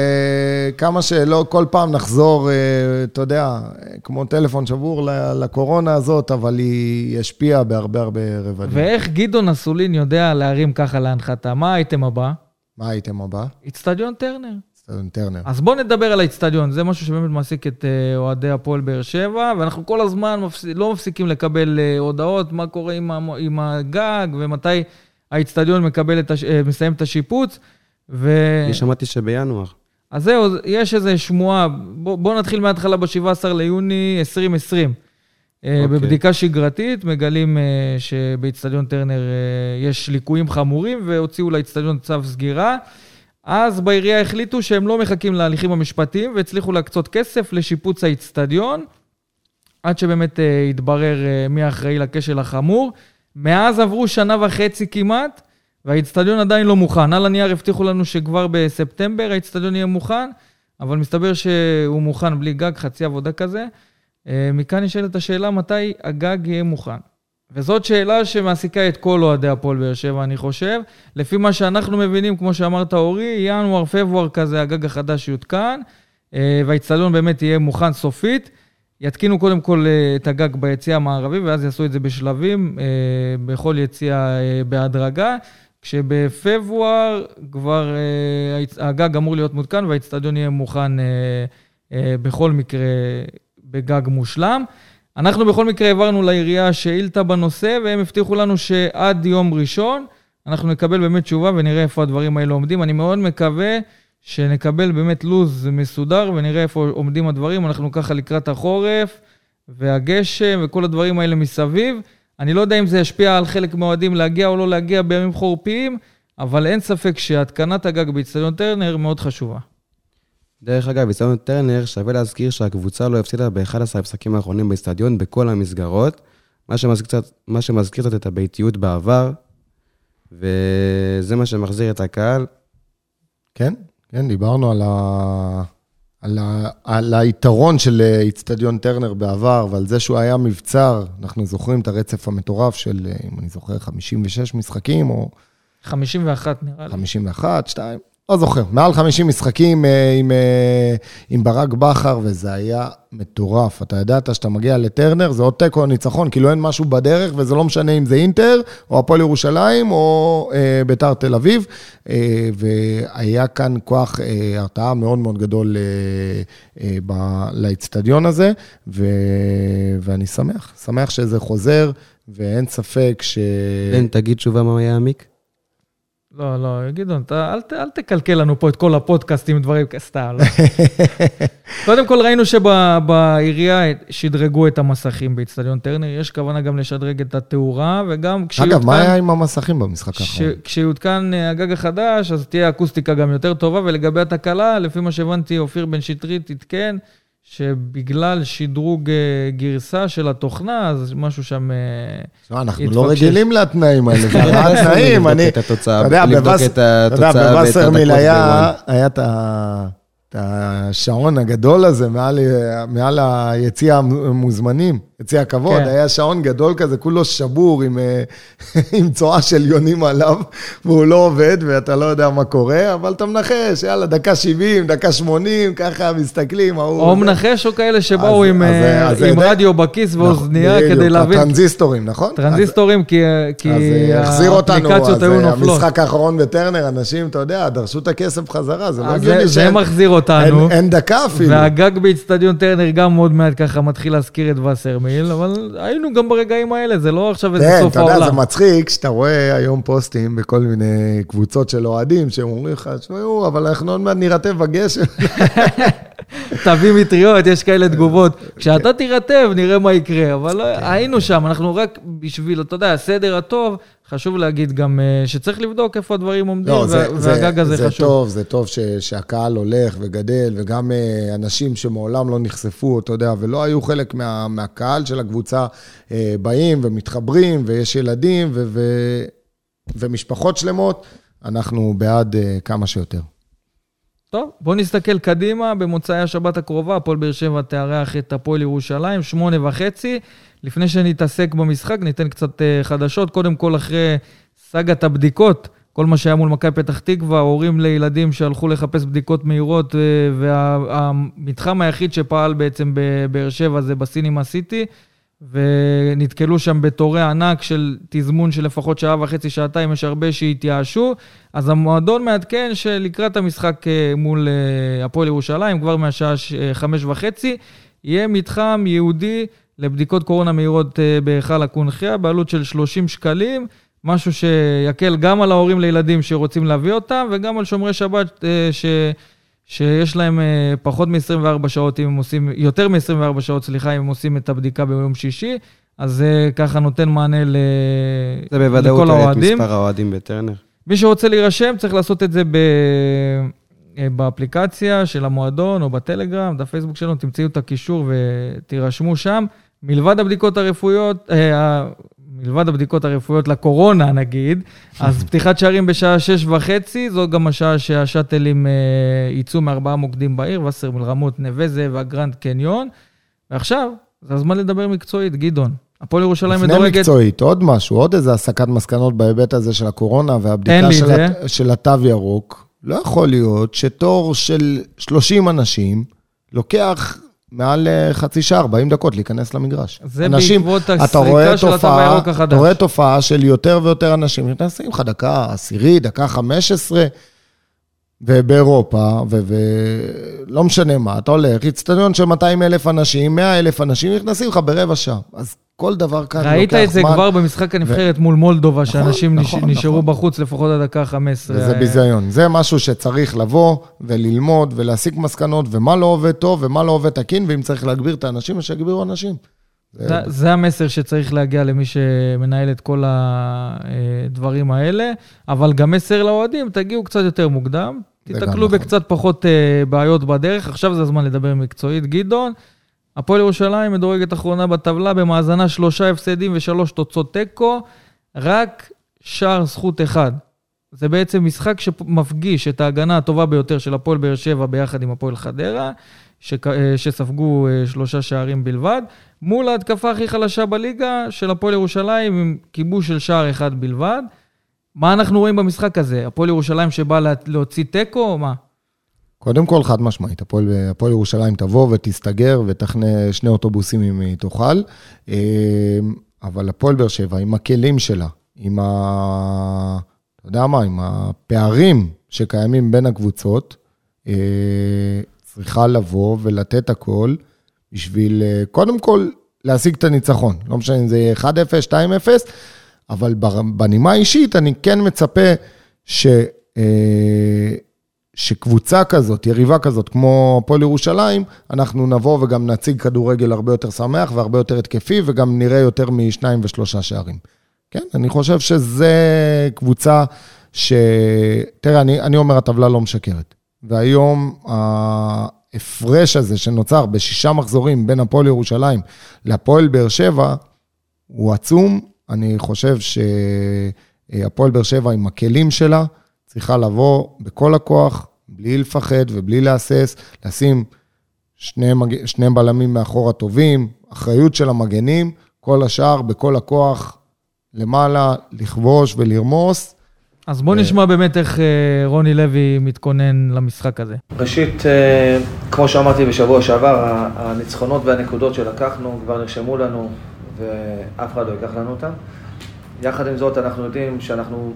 כמה שלא, כל פעם נחזור, אתה יודע, כמו טלפון שבור לקורונה הזאת, אבל היא השפיעה בהרבה הרבה רבדים. ואיך גדעון אסולין יודע להרים ככה להנחתה? מה האייטם הבא? מה האייטם הבא? אצטדיון טרנר. טרנר. אז בואו נדבר על האצטדיון, זה משהו שבאמת מעסיק את אוהדי הפועל באר שבע, ואנחנו כל הזמן לא מפסיקים לקבל הודעות, מה קורה עם הגג, ומתי האצטדיון מסיים את השיפוץ. אני שמעתי שבינואר. אז זהו, יש איזו שמועה, בואו נתחיל מההתחלה ב-שבעה עשר ליוני עשרים עשרים. בבדיקה שגרתית, מגלים שבאצטדיון טרנר יש ליקויים חמורים, והוציאו לאצטדיון צו סגירה, אז בעירייה החליטו שהם לא מחכים להליכים המשפטיים, והצליחו להקצות כסף לשיפוץ האצטדיון, עד שבאמת uh, התברר uh, מי האחראי לכשל החמור. מאז עברו שנה וחצי כמעט, והאצטדיון עדיין לא מוכן. על הנייר הבטיחו לנו שכבר בספטמבר האצטדיון יהיה מוכן, אבל מסתבר שהוא מוכן בלי גג, חצי עבודה כזה. Uh, מכאן נשאלת השאלה מתי הגג יהיה מוכן. וזאת שאלה שמעסיקה את כל אוהדי הפועל באר שבע, אני חושב. לפי מה שאנחנו מבינים, כמו שאמרת אורי, ינואר, פברואר כזה, הגג החדש יותקן, והאצטדיון באמת יהיה מוכן סופית. יתקינו קודם כל את הגג ביציאה המערבי, ואז יעשו את זה בשלבים, בכל יציאה בהדרגה, כשבפברואר כבר הגג אמור להיות מותקן, והאצטדיון יהיה מוכן בכל מקרה בגג מושלם. אנחנו בכל מקרה העברנו לעירייה שאילתה בנושא, והם הבטיחו לנו שעד יום ראשון אנחנו נקבל באמת תשובה ונראה איפה הדברים האלה עומדים. אני מאוד מקווה שנקבל באמת לוז מסודר ונראה איפה עומדים הדברים. אנחנו ככה לקראת החורף והגשם וכל הדברים האלה מסביב. אני לא יודע אם זה ישפיע על חלק מהאוהדים להגיע או לא להגיע בימים חורפיים, אבל אין ספק שהתקנת הגג באצטדיון טרנר מאוד חשובה. דרך אגב, באצטדיון טרנר שווה להזכיר שהקבוצה לא הפסידה ב-אחד עשר המשחקים האחרונים באצטדיון בכל המסגרות, מה שמזכיר קצת, מה שמזכיר קצת את הביתיות בעבר, וזה מה שמחזיר את הקהל. כן, כן, דיברנו על, ה... על, ה, על היתרון של אצטדיון טרנר בעבר, ועל זה שהוא היה מבצר, אנחנו זוכרים את הרצף המטורף של, אם אני זוכר, חמישים ושש משחקים, או... חמישים ואחת נראה לי. חמישים ואחת, שתיים, לא זוכר. מעל חמישים משחקים עם, עם ברק בכר, וזה היה מטורף. אתה ידעת שאתה מגיע לטרנר, זה עוד תיקו או ניצחון, כאילו אין משהו בדרך, וזה לא משנה אם זה אינטר, או הפועל ירושלים, או אה, ביתר תל אביב, אה, והיה כאן כוח אה, הרתעה מאוד מאוד גדול אה, אה, ב- לאצטדיון הזה, ו... ואני שמח, שמח שזה חוזר, ואין ספק ש... בן, תגיד תשובה מה היה עמיק? לא, לא, גדעון, אתה, אל, אל תקלקל לנו פה את כל הפודקאסטים, דברים כסתם. לא. קודם כל ראינו שבעירייה שדרגו את המסכים באצטדיון טרנר, יש כוונה גם לשדרג את התאורה, וגם כשיותקן... אגב, מה היה עם המסכים במשחק האחרון? כשיותקן הגג החדש, אז תהיה אקוסטיקה גם יותר טובה, ולגבי התקלה, לפי מה שהבנתי, אופיר בן שטרית התקן, שבגלל שדרוג גרסה של התוכנה, אז משהו שם... אנחנו לא רגילים לתנאים האלה, זה רע תנאים, אני... אתה יודע, בווסרמיל היה את השעון הגדול הזה מעל היציע המוזמנים, יציע הכבוד, היה שעון גדול כזה, כולו שבור עם צועה של יונים עליו, והוא לא עובד, ואתה לא יודע מה קורה, אבל אתה מנחש, יאללה, דקה שבעים, דקה שמונים, ככה מסתכלים. או מנחש או כאלה שבאו עם רדיו בכיס ואוזנייה, כדי להבין. הטרנזיסטורים, נכון? טרנזיסטורים, כי האפליקציות היו נופלות. המשחק האחרון בטרנר, אנשים, אתה יודע, דרשו את הכסף בחזרה, זה לא הגיוני. זה מחזיר אותנו. אין דקה אפילו. והגג באצטדיון טרנר גם מאוד מעט ככה מתחיל להזכיר את וסרמיל, אבל היינו גם ברגעים האלה, זה לא עכשיו איזה סוף העולם. אתה יודע, זה מצחיק שאתה רואה היום פוסטים בכל מיני קבוצות של אוהדים, שהם אומרים לך, שמעו, אבל אנחנו עוד מעט נירטב בגשם. תביא מטריות, יש כאלה תגובות. כשאתה תירטב, נראה מה יקרה, אבל היינו שם, אנחנו רק בשביל, אתה יודע, הסדר הטוב, חשוב להגיד גם שצריך לבדוק איפה הדברים עומדים, והגג הזה חשוב. זה טוב, זה טוב שהקהל הולך וגדל, וגם אנשים שמעולם לא נחשפו, אתה יודע, ולא היו חלק מהקהל של הקבוצה, באים ומתחברים, ויש ילדים ומשפחות שלמות, אנחנו בעד כמה שיותר. טוב, בואו נסתכל קדימה, במוצאי השבת הקרובה, הפועל באר שבע תארח את הפועל ירושלים, שמונה וחצי, לפני שנתעסק במשחק, ניתן קצת חדשות, קודם כל אחרי סגת הבדיקות, כל מה שהיה מול מכבי פתח תקווה, הורים לילדים שהלכו לחפש בדיקות מהירות, והמתחם היחיד שפעל בעצם בבאר שבע זה בסינימה סיטי, ונתקלו שם בתורי ענק של תזמון של לפחות שעה וחצי, שעתיים, יש הרבה שהתייאשו, אז המועדון מעדכן שלקראת המשחק מול הפועל ירושלים, כבר מהשעה חמש וחצי, יהיה מתחם יהודי לבדיקות קורונה מהירות בהיכל הקונחייה, בעלות של שלושים שקלים, משהו שיקל גם על ההורים לילדים שרוצים להביא אותם, וגם על שומרי שבת ש... שיש להם פחות מ-עשרים וארבע שעות, אם הם עושים, יותר מ-עשרים וארבע שעות, סליחה, אם הם עושים את הבדיקה ביום שישי, אז זה ככה נותן מענה ל... זה בוודאות את מספר האוהדים בטרנר. מי שרוצה להירשם, צריך לעשות את זה ב... באפליקציה של המועדון, או בטלגרם, בפייסבוק שלנו, תמצאו את הקישור ותירשמו שם. מלבד הבדיקות הרפואיות, מלבד הבדיקות הרפואיות לקורונה, נגיד, אז פתיחת שערים בשעה שש וחצי, זו גם השעה שהשאטלים ייצאו מארבעה מוקדים בעיר, וסרמיל, רמות, נווה זאב והגרנד קניון. ועכשיו, זה הזמן לדבר מקצועית, גדעון. הפועל ירושלים מדורגת... לפני מקצועית, עוד משהו, עוד איזה הסקת מסקנות בהיבט הזה של הקורונה, והבדיקה של, הת... של התו ירוק. לא יכול להיות שתור של שלושים אנשים לוקח... מעל חצי שעה, ארבעים דקות להיכנס למגרש. זה בעקבות הסריקה של התו הירוק החדש. אתה רואה תופעה של יותר ויותר אנשים, נכנסים לך דקה עשירי, דקה חמש עשרה, ובאירופה, ולא משנה מה, אתה הולך, אצטדיון של מאתיים אלף אנשים, מאה אלף אנשים, נכנסים לך ברבע שעה. אז כל דבר כאן לוקח זמן. ראית את זה כבר במשחק הנבחרת מול מולדובה, שאנשים נשארו בחוץ לפחות עד דקה חמש עשרה. וזה ביזיון. זה משהו שצריך לבוא וללמוד ולהסיק מסקנות, ומה לא עובד טוב ומה לא עובד תקין, ואם צריך להגביר את האנשים, אז שיגבירו אנשים. זה המסר שצריך להגיע למי שמנהל את כל הדברים האלה, אבל גם מסר לאוהדים, תגיעו קצת יותר מוקדם, תתקלו בקצת פחות בעיות בדרך. עכשיו זה הזמן לדבר מקצועית. גדעון, הפועל ירושלים מדורגת אחרונה בטבלה, במאזנה שלושה הפסדים ושלוש תוצאות תיקו, רק שער זכות אחד זה בעצם משחק שמפגיש את ההגנה הטובה ביותר של הפועל באר שבע ביחד עם הפועל חדרה, שספגו שלושה שערים בלבד, מול ההתקפה הכי חלשה בליגה של הפועל ירושלים עם כיבוש של שער אחד בלבד. מה אנחנו רואים במשחק הזה? הפועל ירושלים שבא להוציא טקו או מה? קודם כל חד משמעית, הפועל, הפועל ירושלים תבוא ותסתגר ותכנה שני אוטובוסים אם היא תוכל, אבל הפועל באר שבע עם הכלים שלה, עם ה... אתה יודע מה, עם הפערים שקיימים בין הקבוצות, צריכה לבוא ולתת הכל בשביל, קודם כל, להשיג את הניצחון. לא משנה אם זה אחד אפס, שתיים אפס, אבל בנימה אישית אני כן מצפה ש, שקבוצה כזאת, יריבה כזאת, כמו הפועל ירושלים, אנחנו נבוא וגם נציג כדורגל הרבה יותר שמח והרבה יותר התקפי, וגם נראה יותר משניים ושלושה שערים. כן, אני חושב שזה קבוצה ש... תראה, אני, אני אומר, הטבלה לא משקרת. והיום ההפרש הזה שנוצר בשישה מחזורים בין הפועל ירושלים לפועל באר שבע, הוא עצום. אני חושב שהפועל באר שבע עם הכלים שלה, צריכה לבוא בכל הכוח, בלי לפחד ובלי להסס, לשים שני, מג... שני בלמים מאחור הטובים, אחריות של המגנים, כל השאר בכל הכוח למעלה, לכבוש ולרמוס. אז בוא נשמע באמת איך רוני לוי מתכונן למשחק הזה. ראשית, כמו שאמרתי בשבוע שעבר, הניצחונות והנקודות שלקחנו כבר נרשמו לנו, ואף אחד לא ייקח לנו אותם. יחד עם זאת, אנחנו יודעים שאנחנו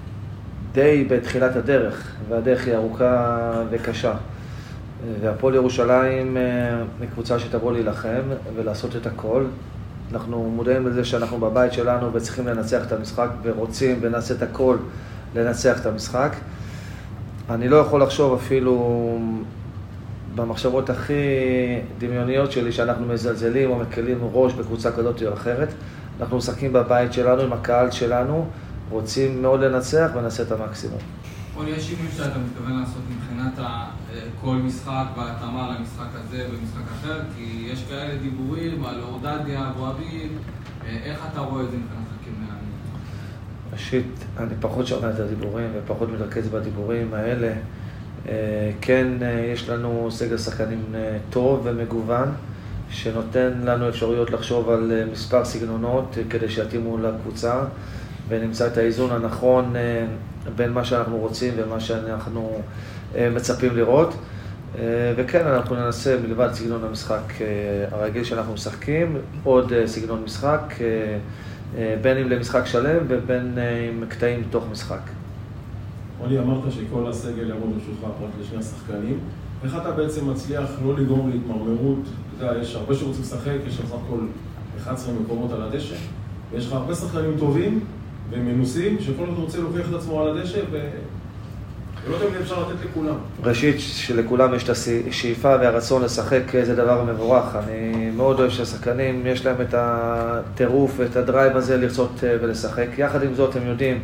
די בתחילת הדרך, והדרך היא ארוכה וקשה. והפועל ירושלים היא קבוצה שתבוא להילחם ולעשות את הכל. אנחנו מודעים לזה שאנחנו בבית שלנו וצריכים לנצח את המשחק ורוצים ונעשה את הכל לנצח את המשחק. אני לא יכול לחשוב אפילו במחשבות הכי דמיוניות שלי שאנחנו מזלזלים או מקלים ראש בקבוצה כזאת או אחרת. אנחנו משחקים בבית שלנו עם הקהל שלנו, רוצים מאוד לנצח ונעשה את המקסימום. כל יש שינוי שאתה מתכוון לעשות מבחינת כל משחק והתאמה למשחק הזה ומשחק אחר, כי יש כאלה דיבורים על אורדדיה, אבו עביד, איך אתה רואה את זה מבחינת כמנהלים? ראשית, אני פחות שומע את הדיבורים ופחות מתרכז בדיבורים האלה. כן, יש לנו סגל שחקנים טוב ומגוון, שנותן לנו אפשרויות לחשוב על מספר סגנונות כדי שיתאימו לקבוצה, ונמצא את האיזון הנכון בין מה שאנחנו רוצים ומה שאנחנו מצפים לראות. וכן, אנחנו ננסה מלבד סגנון המשחק הרגיל שאנחנו משחקים, עוד סגנון משחק, בין אם למשחק שלם ובין עם קטעים בתוך משחק. רוני, אמרת שכל הסגל יעמוד ברשותך פרט לשני השחקנים. איך אתה בעצם מצליח לא לגרום להתמרמרות? אתה יודע, יש הרבה שרוצים לשחק, יש בסך הכל אחת עשרה מקומות על הדשא, ויש לך הרבה שחקנים טובים ומנוסים, שכל אחד רוצה להוכיח את עצמו על הדשא, ו... ולא תמיד אפשר לתת לכולם. ראשית, שלכולם יש את השאיפה והרצון לשחק, זה דבר מבורך. אני מאוד אוהב שהשחקנים, יש להם את הטירוף ואת הדרייב הזה לרצות ולשחק. יחד עם זאת, הם יודעים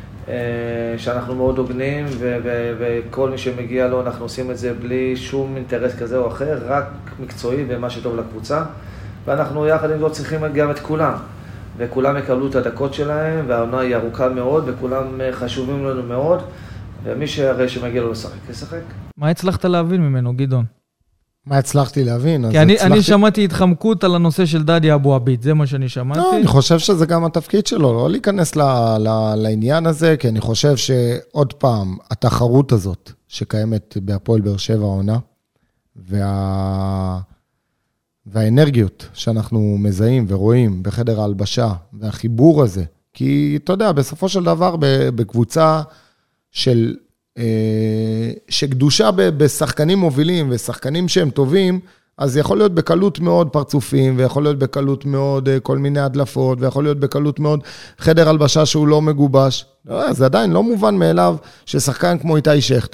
שאנחנו מאוד הוגנים, ו- ו- וכל מי שמגיע לו, אנחנו עושים את זה בלי שום אינטרס כזה או אחר, רק מקצועי ומה שטוב לקבוצה. ואנחנו יחד עם זאת צריכים גם את כולם. וכולם יקבלו את הדקות שלהם, והעונה היא ארוכה מאוד, וכולם חשובים לנו מאוד, ומי שהרי שמגיע לו לשחק, ישחק. מה הצלחת להבין ממנו, גדעון? מה הצלחתי להבין? כי אני, הצלחתי... אני שמעתי התחמקות על הנושא של דדיה אבו עביד, זה מה שאני שמעתי. לא, אני חושב שזה גם התפקיד שלו, לא להיכנס ל, ל, לעניין הזה, כי אני חושב שעוד פעם, התחרות הזאת שקיימת בהפועל באר שבע העונה, וה... והאנרגיות שאנחנו מזהים ורואים בחדר ההלבשה, והחיבור הזה, כי אתה יודע, בסופו של דבר, בקבוצה של, שקדושה בשחקנים מובילים, ושחקנים שהם טובים, אז יכול להיות בקלות מאוד פרצופים, ויכול להיות בקלות מאוד כל מיני הדלפות, ויכול להיות בקלות מאוד חדר הלבשה שהוא לא מגובש. זה עדיין לא מובן מאליו ששחקן כמו איתי שכטר,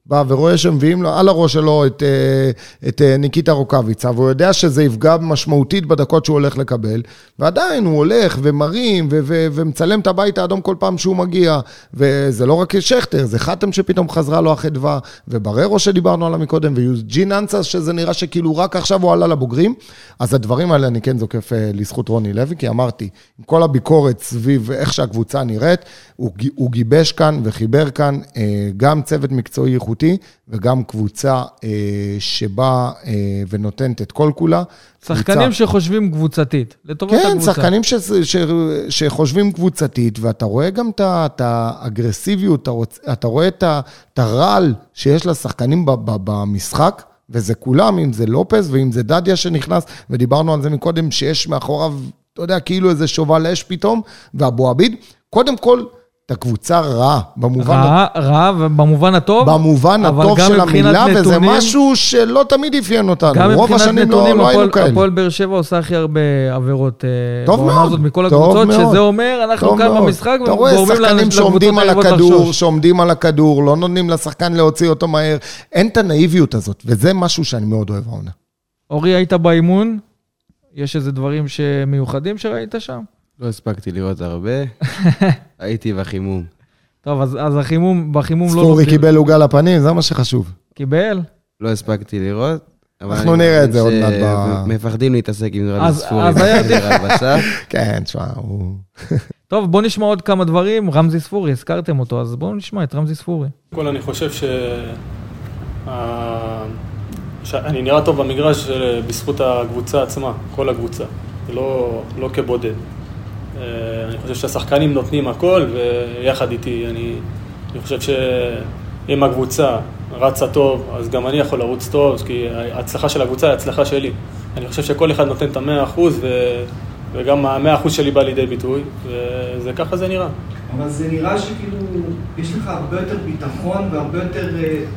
בא ורואה שמביאים לו על הראש שלו את, את ניקיטה רוקביצה, והוא יודע שזה יפגע משמעותית בדקות שהוא הולך לקבל, ועדיין הוא הולך ומרים ו- ו- ומצלם את הבית האדום כל פעם שהוא מגיע, וזה לא רק שכטר, זה חתם שפתאום חזרה לו החדווה, ובררו שדיברנו עליו מקודם, ויוג'ין אנסה שזה נראה שכאילו רק עכשיו הוא עלה לבוגרים, אז הדברים האלה אני כן זוקף לזכות רוני לוי, כי אמרתי, עם כל הביקורת סביב איך שהקבוצה נראית, הוא, הוא גיבש כאן וחיבר כאן גם צוות מקצועי איכותי, וגם קבוצה שבאה ונותנת את כל כולה. שחקנים קבוצה... שחושבים קבוצתית, לטובת כן, הקבוצה. כן, שחקנים ש... ש... שחושבים קבוצתית, ואתה רואה גם את האגרסיביות, אתה, רוצ... אתה רואה את, ה... את הרעל שיש לשחקנים ב... ב... במשחק, וזה כולם, אם זה לופס ואם זה דדיה שנכנס, ודיברנו על זה מקודם, שיש מאחוריו, אתה יודע, כאילו איזה שובל אש פתאום, ואבו עביד, קודם כל, את הקבוצה רעה, במובן... רעה, רעה, במובן הטוב. במובן הטוב של המילה, וזה משהו שלא תמיד אפיין אותנו. רוב השנים לא היינו כאלה. הפועל באר שבע עושה הכי הרבה עבירות בעונה הזאת מכל הקבוצות, שזה אומר, אנחנו כאן במשחק, אתה רואה שחקנים שעומדים על הכדור, שעומדים על הכדור, לא נותנים לשחקן להוציא אותו מהר. אין את הנאיביות הזאת, וזה משהו שאני מאוד אוהב העונה. אורי, היית באימון? יש איזה דברים שמיוחדים שראית שם? לא הספקתי לראות הרבה, הייתי בחימום. טוב, אז, אז החימום, בחימום לא... ספורי קיבל עוגה לפנים, זה מה שחשוב. קיבל? לא הספקתי לראות. אנחנו נראה את זה עוד מעט ב... מפחדים להתעסק עם נראה ספורי. אז היה... כן, תשמע, הוא... טוב, בוא נשמע עוד כמה דברים. רמזי ספורי, הזכרתם אותו, אז בואו נשמע את רמזי ספורי. כל אני חושב ש... אני נראה טוב במגרש בזכות הקבוצה עצמה, כל הקבוצה, לא, לא כבודד. אני חושב שהשחקנים נותנים הכל, ויחד איתי, אני, אני חושב שאם הקבוצה רצה טוב, אז גם אני יכול לרוץ טוב, כי ההצלחה של הקבוצה היא ההצלחה שלי. אני חושב שכל אחד נותן את המאה אחוז, ו, וגם המאה אחוז שלי בא לידי ביטוי, וזה ככה זה נראה. אבל זה נראה שכאילו, יש לך הרבה יותר ביטחון, והרבה יותר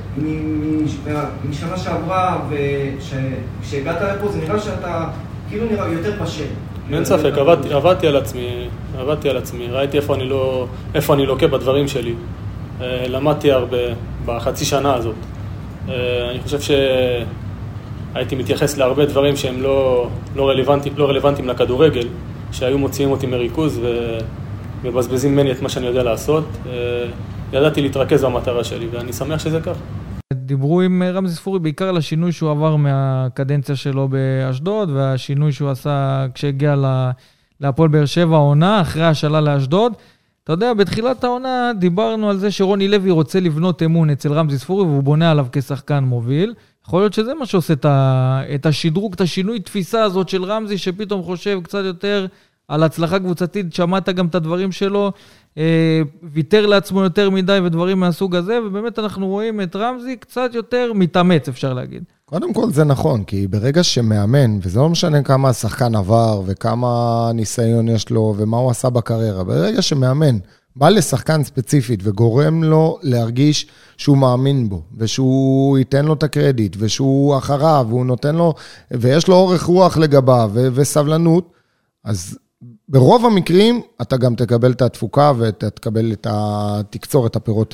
משנה שעברה, וכשהגעת לפה, זה נראה שאתה כאילו נראה יותר בשל. אין ספק, עבדתי, עבדתי על עצמי, עבדתי על עצמי, ראיתי איפה אני לא, איפה אני לוקה בדברים שלי. למדתי הרבה בחצי שנה הזאת. אני חושב שהייתי מתייחס להרבה דברים שהם לא, לא רלוונטיים, לא רלוונטיים לכדורגל, שהיו מוציאים אותי מריכוז ומבזבזים ממני את מה שאני יודע לעשות. ידעתי להתרכז במטרה שלי, ואני שמח שזה כך. דיברו עם רמזי ספורי בעיקר על השינוי שהוא עבר מהקדנציה שלו באשדוד, והשינוי שהוא עשה כשהגיע להפועל באר שבע העונה, אחרי השאלה לאשדוד. אתה יודע, בתחילת העונה דיברנו על זה שרוני לוי רוצה לבנות אמון אצל רמזי ספורי, והוא בונה עליו כשחקן מוביל. יכול להיות שזה מה שעושה את השדרוג, את השינוי תפיסה הזאת של רמזי, שפתאום חושב קצת יותר על הצלחה קבוצתית, שמעת גם את הדברים שלו, ויתר לעצמו יותר מדי ודברים מהסוג הזה, ובאמת אנחנו רואים את רמזי קצת יותר מתאמץ, אפשר להגיד. קודם כל זה נכון, כי ברגע שמאמן, וזה לא משנה כמה השחקן עבר, וכמה ניסיון יש לו, ומה הוא עשה בקריירה, ברגע שמאמן בא לשחקן ספציפית, וגורם לו להרגיש שהוא מאמין בו, ושהוא ייתן לו את הקרדיט, ושהוא אחריו, והוא נותן לו, ויש לו אורך רוח לגביו, ו- וסבלנות, אז ברוב המקרים אתה גם תקבל את התפוקה ותקבל את ה... תקצור את הפירות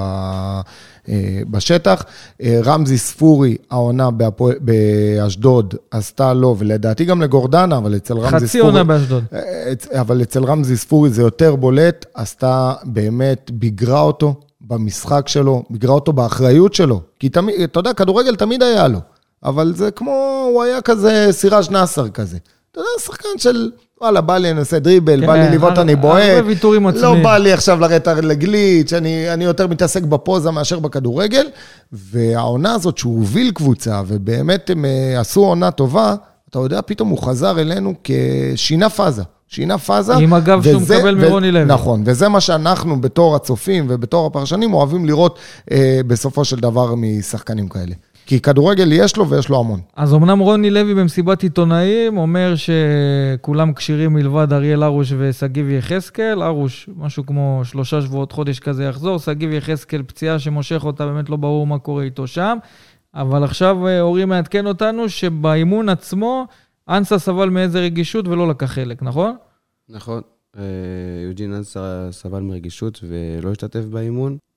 בשטח. רמזי ספורי, העונה באשדוד, עשתה לו, ולדעתי גם לגורדנה, אבל אצל רמזי ספורי... חצי עונה באשדוד. אבל אצל רמזי ספורי זה יותר בולט, עשתה באמת, ביגרה אותו במשחק שלו, ביגרה אותו באחריות שלו. כי תמיד, אתה יודע, כדורגל תמיד היה לו, אבל זה כמו, הוא היה כזה סיראז' נאסר כזה. אתה יודע, שחקן של... וואלה, בא לי, אני עושה דריבל, בא לי לבעוט, אני בועט, לא בא לי עכשיו לרדת לגליץ', אני יותר מתעסק בפוזה מאשר בכדורגל, והעונה הזאת שהוא הוביל קבוצה, ובאמת הם עשו עונה טובה, אתה יודע, פתאום הוא חזר אלינו כשינה פאזה, שינה פאזה. עם אגב שהוא מקבל מרוני לוי. נכון, וזה מה שאנחנו בתור הצופים ובתור הפרשנים אוהבים לראות בסופו של דבר משחקנים כאלה. כי כדורגל יש לו ויש לו המון. אז אמנם רוני לוי במסיבת עיתונאים אומר שכולם קשירים מלבד אריאל ארוש וסגיב יחזקאל. ארוש, משהו כמו שלושה שבועות חודש כזה יחזור. סגיב יחזקאל פציעה שמושך אותה, באמת לא ברור מה קורה איתו שם. אבל עכשיו אורי מעדכן אותנו שבאימון עצמו אנסה סבל מאיזה רגישות ולא לקח חלק, נכון? נכון. יוג'ין אנסה סבל מרגישות ולא השתתף באימון.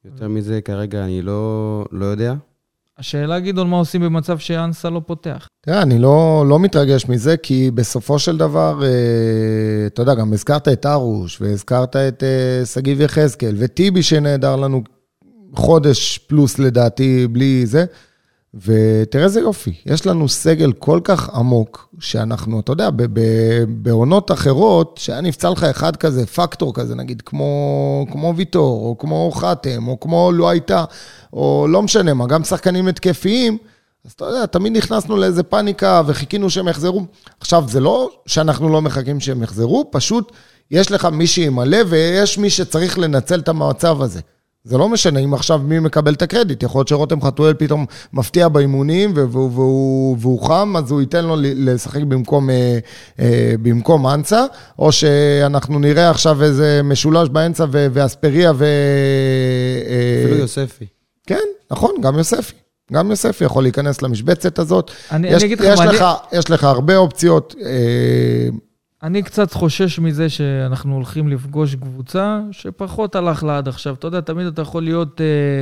יותר מזה כרגע אני לא, לא יודע. השאלה, גדעון, מה עושים במצב שאנסה לא פותח? תראה, אני לא, לא מתרגש מזה, כי בסופו של דבר, אה, אתה יודע, גם הזכרת את ארוש, והזכרת את אה, סגיב יחזקאל, וטיבי שנהדר לנו חודש פלוס לדעתי בלי זה, ותראה זה יופי, יש לנו סגל כל כך עמוק, שאנחנו, אתה יודע, בעונות אחרות, שהיה נפצע לך אחד כזה, פקטור כזה, נגיד, כמו, כמו ויטור, או כמו חתם, או כמו לא הייתה, או לא משנה מה, גם שחקנים התקפיים, אז אתה יודע, תמיד נכנסנו לאיזה פאניקה, וחיכינו שהם יחזרו. עכשיו, זה לא שאנחנו לא מחכים שהם יחזרו, פשוט יש לך מי שימלא, ויש מי שצריך לנצל את המצב הזה. זה לא משנה אם עכשיו מי מקבל את הקרדיט, יכול להיות שרותם חתואל פתאום מפתיע באימונים, והוא, והוא, והוא חם, אז הוא ייתן לו לשחק במקום, במקום אנסה, או שאנחנו נראה עכשיו איזה משולש באמצע, ואספריה ו... אפילו יוספי. כן, נכון, גם יוספי. גם יוספי יכול להיכנס למשבצת הזאת. אני, יש, אני אגיד יש, לך, לך, אני... יש לך הרבה אופציות. אני קצת חושש מזה שאנחנו הולכים לפגוש קבוצה שפחות הלך לה עד עכשיו. אתה יודע, תמיד אתה יכול להיות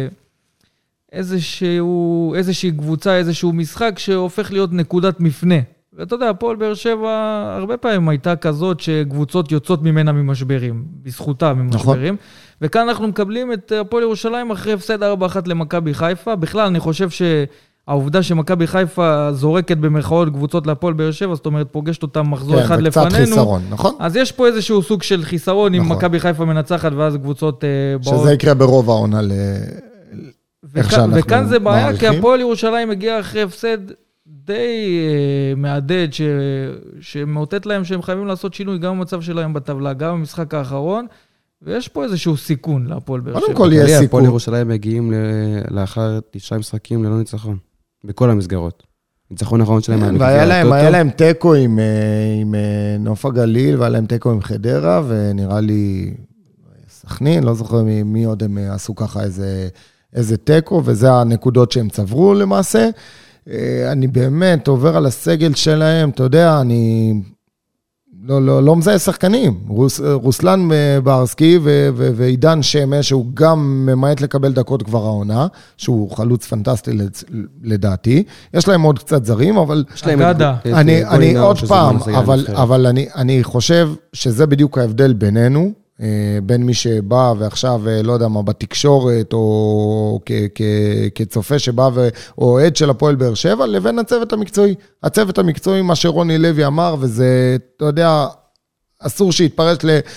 איזשהו, איזושהי קבוצה, איזשהו משחק שהופך להיות נקודת מפנה. ואתה יודע, הפועל באר שבע הרבה פעמים הייתה כזאת שקבוצות יוצאות ממנה ממשברים, בזכותה ממשברים. נכון. וכאן אנחנו מקבלים את הפועל ירושלים אחרי הפסד ארבע אחת למכבי חיפה. בכלל, אני חושב שהעובדה שמכבי חיפה זורקת במרכאות קבוצות להפועל באר שבע, זאת אומרת, פוגשת אותם מחזור כן, אחד לפנינו. כן, זה קצת חיסרון, נכון? אז יש פה איזשהו סוג של חיסרון, נכון. אם מכבי חיפה מנצחת, ואז קבוצות באות. שזה יקרה ברוב העונה ל... וכאן, וכאן זה בעיה, מעריכים. כי הפועל ירושלים מגיע אחרי הפסד די uh, מעדד, ש... שמאותת להם שהם חייבים לעשות שינוי גם במצב שלהם בטבלה, גם במשחק האחרון, ויש פה איזשהו סיכון להפועל באר שבע. קודם כל יש סיכון. הפועל ירושלים מגיעים לאחר תשעה משחקים ללא ניצחון, בכל המסגרות. ניצחון האחרון שלהם. והיה להם, היה להם טקו עם, עם נוף הגליל, והיה להם טקו עם חדרה, ונראה לי סכנין, לא זוכר מי, מי עוד הם עשו ככה איזה, איזה טקו, וזה הנקודות שהם צברו למעשה. אני באמת עובר על הסגל שלהם, אתה יודע, אני לא, לא, לא מזהה שחקנים. רוס, רוסלן ברסקי ו, ו, ועידן שמש, שהוא גם ממעט לקבל דקות כבר העונה, שהוא חלוץ פנטסטי לדעתי. יש להם עוד קצת זרים, אבל... יש להם אגדה. אני, אני עוד פעם, אבל, אבל אני, אני חושב שזה בדיוק ההבדל בינינו, בין מי שבא ועכשיו, לא יודע מה, בתקשורת, או כצופה שבא או עד של הפועל באר שבע, לבין הצוות המקצועי. הצוות המקצועי, מה שרוני לוי אמר, וזה, אתה יודע, אסור שיתפרש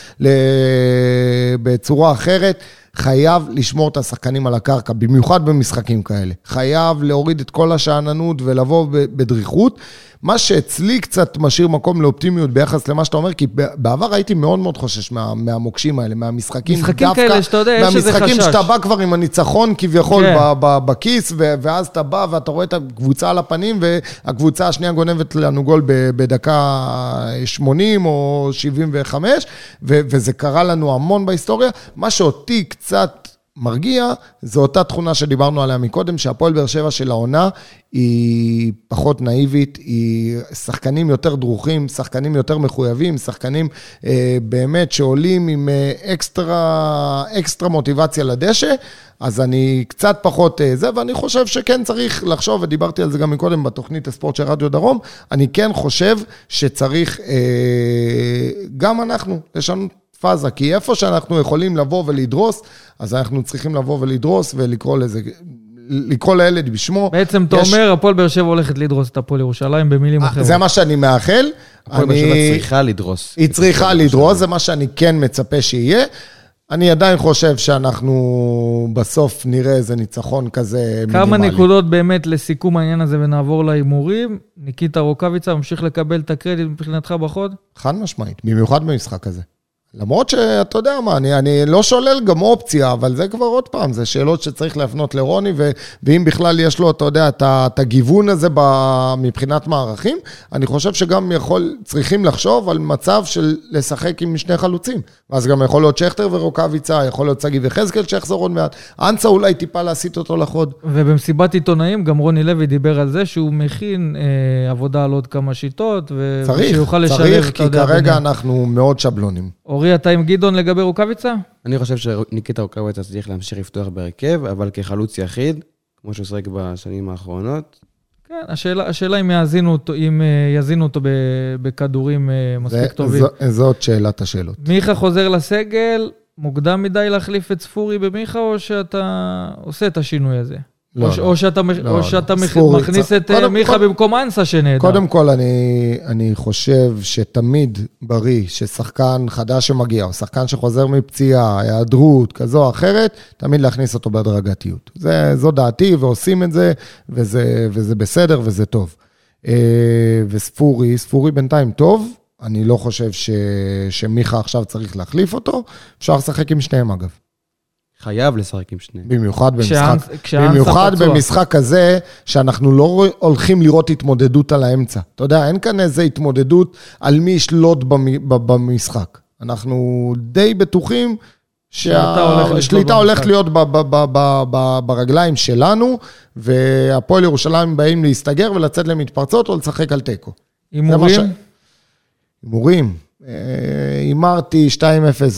בצורה אחרת, חייב לשמור את השחקנים על הקרקע, במיוחד במשחקים כאלה. חייב להוריד את כל השעננות ולבוא בדריכות. מה שאצלי קצת משאיר מקום לאופטימיות ביחס למה שאתה אומר, כי בעבר הייתי מאוד מאוד חושש מה, מהמוקשים האלה, מהמשחקים. משחקים דווקא, כאלה שאתה יודע, יש איזה חשש. מהמשחקים שאתה בא כבר עם הניצחון כביכול כן. בכיס, ואז אתה בא ואתה רואה את הקבוצה על הפנים, והקבוצה השנייה גונבת לנו גול בדקה שמונים או שבעים וחמש, וזה קרה לנו המון בהיסטוריה. מה שאותי קצת מרגיע, זו אותה תכונה שדיברנו עליה מקודם, שהפועל באר שבע של העונה היא פחות נאיבית, היא שחקנים יותר דרוכים, שחקנים יותר מחויבים, שחקנים אה, באמת שעולים עם אה, אקסטרה, אקסטרה מוטיבציה לדשא, אז אני קצת פחות אה, זה, ואני חושב שכן צריך לחשוב, ודיברתי על זה גם מקודם בתוכנית הספורט של רדיו דרום, אני כן חושב שצריך, אה, גם אנחנו, לשנות, פאזה, כי איפה שאנחנו יכולים לבוא ולדרוס, אז אנחנו צריכים לבוא ולדרוס ולקרוא לזה, לקרוא לילד בשמו. בעצם אתה אומר, הפועל באר שבע הולכת לדרוס את הפועל ירושלים במילים אחרות. זה מה שאני מאחל. הפועל באר שבע צריכה לדרוס. היא צריכה לדרוס, זה מה שאני כן מצפה שיהיה. אני עדיין חושב שאנחנו בסוף נראה איזה ניצחון כזה מינימלי. כמה נקודות באמת לסיכום העניין הזה ונעבור להימורים. ניקיטה רוקאביצה ממשיך לקבל את הקרדיט מבחינתך בחוד? חד משמעית, במיוחד במשחק הזה. למרות שאתה יודע מה, אני, אני לא שולל גם אופציה, אבל זה כבר עוד פעם, זה שאלות שצריך להפנות לרוני, ו, ואם בכלל יש לו, אתה יודע, את, את הגיוון הזה ב, מבחינת מערכים, אני חושב שגם יכול, צריכים לחשוב על מצב של לשחק עם שני חלוצים. אז גם יכול להיות שכטר ורוקאביצה, יכול להיות סגי וחזקאל שיחזור עוד מעט. אנסה אולי טיפה להסיט אותו לחוד. ובמסיבת עיתונאים, גם רוני לוי דיבר על זה, שהוא מכין אה, עבודה על עוד כמה שיטות, ו... צריך, ושיוכל צריך, לשלב, כי כרגע אנחנו מאוד שבלונים. אורי, אתה עם גדעון לגבי רוקביצה? אני חושב שניקיטה רוקביצה צריך להמשיך לפתוח בהרכב, אבל כחלוץ יחיד, כמו שהוא שחק בשנים האחרונות. כן, השאלה, השאלה אם יאזינו אותו, אם יזינו אותו בכדורים מספיק טובים. זאת שאלת השאלות. מיכה חוזר לסגל, מוקדם מדי להחליף את ספורי במיכה, או שאתה עושה את השינוי הזה? לא, או, לא. או שאתה, לא, או לא. שאתה ספורי, מכניס צ... את קודם, מיכה קודם, במקום אנסה שנהדר. קודם כל, אני, אני חושב שתמיד בריא ששחקן חדש שמגיע, או שחקן שחוזר מפציעה, היעדרות כזו או אחרת, תמיד להכניס אותו בהדרגתיות. זה, זו דעתי, ועושים את זה, וזה, וזה בסדר, וזה טוב. וספורי, ספורי בינתיים טוב, אני לא חושב ש, שמיכה עכשיו צריך להחליף אותו, אפשר לשחק עם שניהם אגב. חייב לשחק עם שניהם. במיוחד כשאנס, במשחק, כשאנס במיוחד הפצוע. במשחק כזה, שאנחנו לא הולכים לראות התמודדות על האמצע. אתה יודע, אין כאן איזו התמודדות על מי ישלוט במשחק. אנחנו די בטוחים שהשליטה הולכת להיות ב- ב- ב- ב- ב- ברגליים שלנו, והפועל ירושלים באים להסתגר ולצאת למתפרצות או לשחק על טקו. הימורים? הימורים. הימרתי שתיים אפס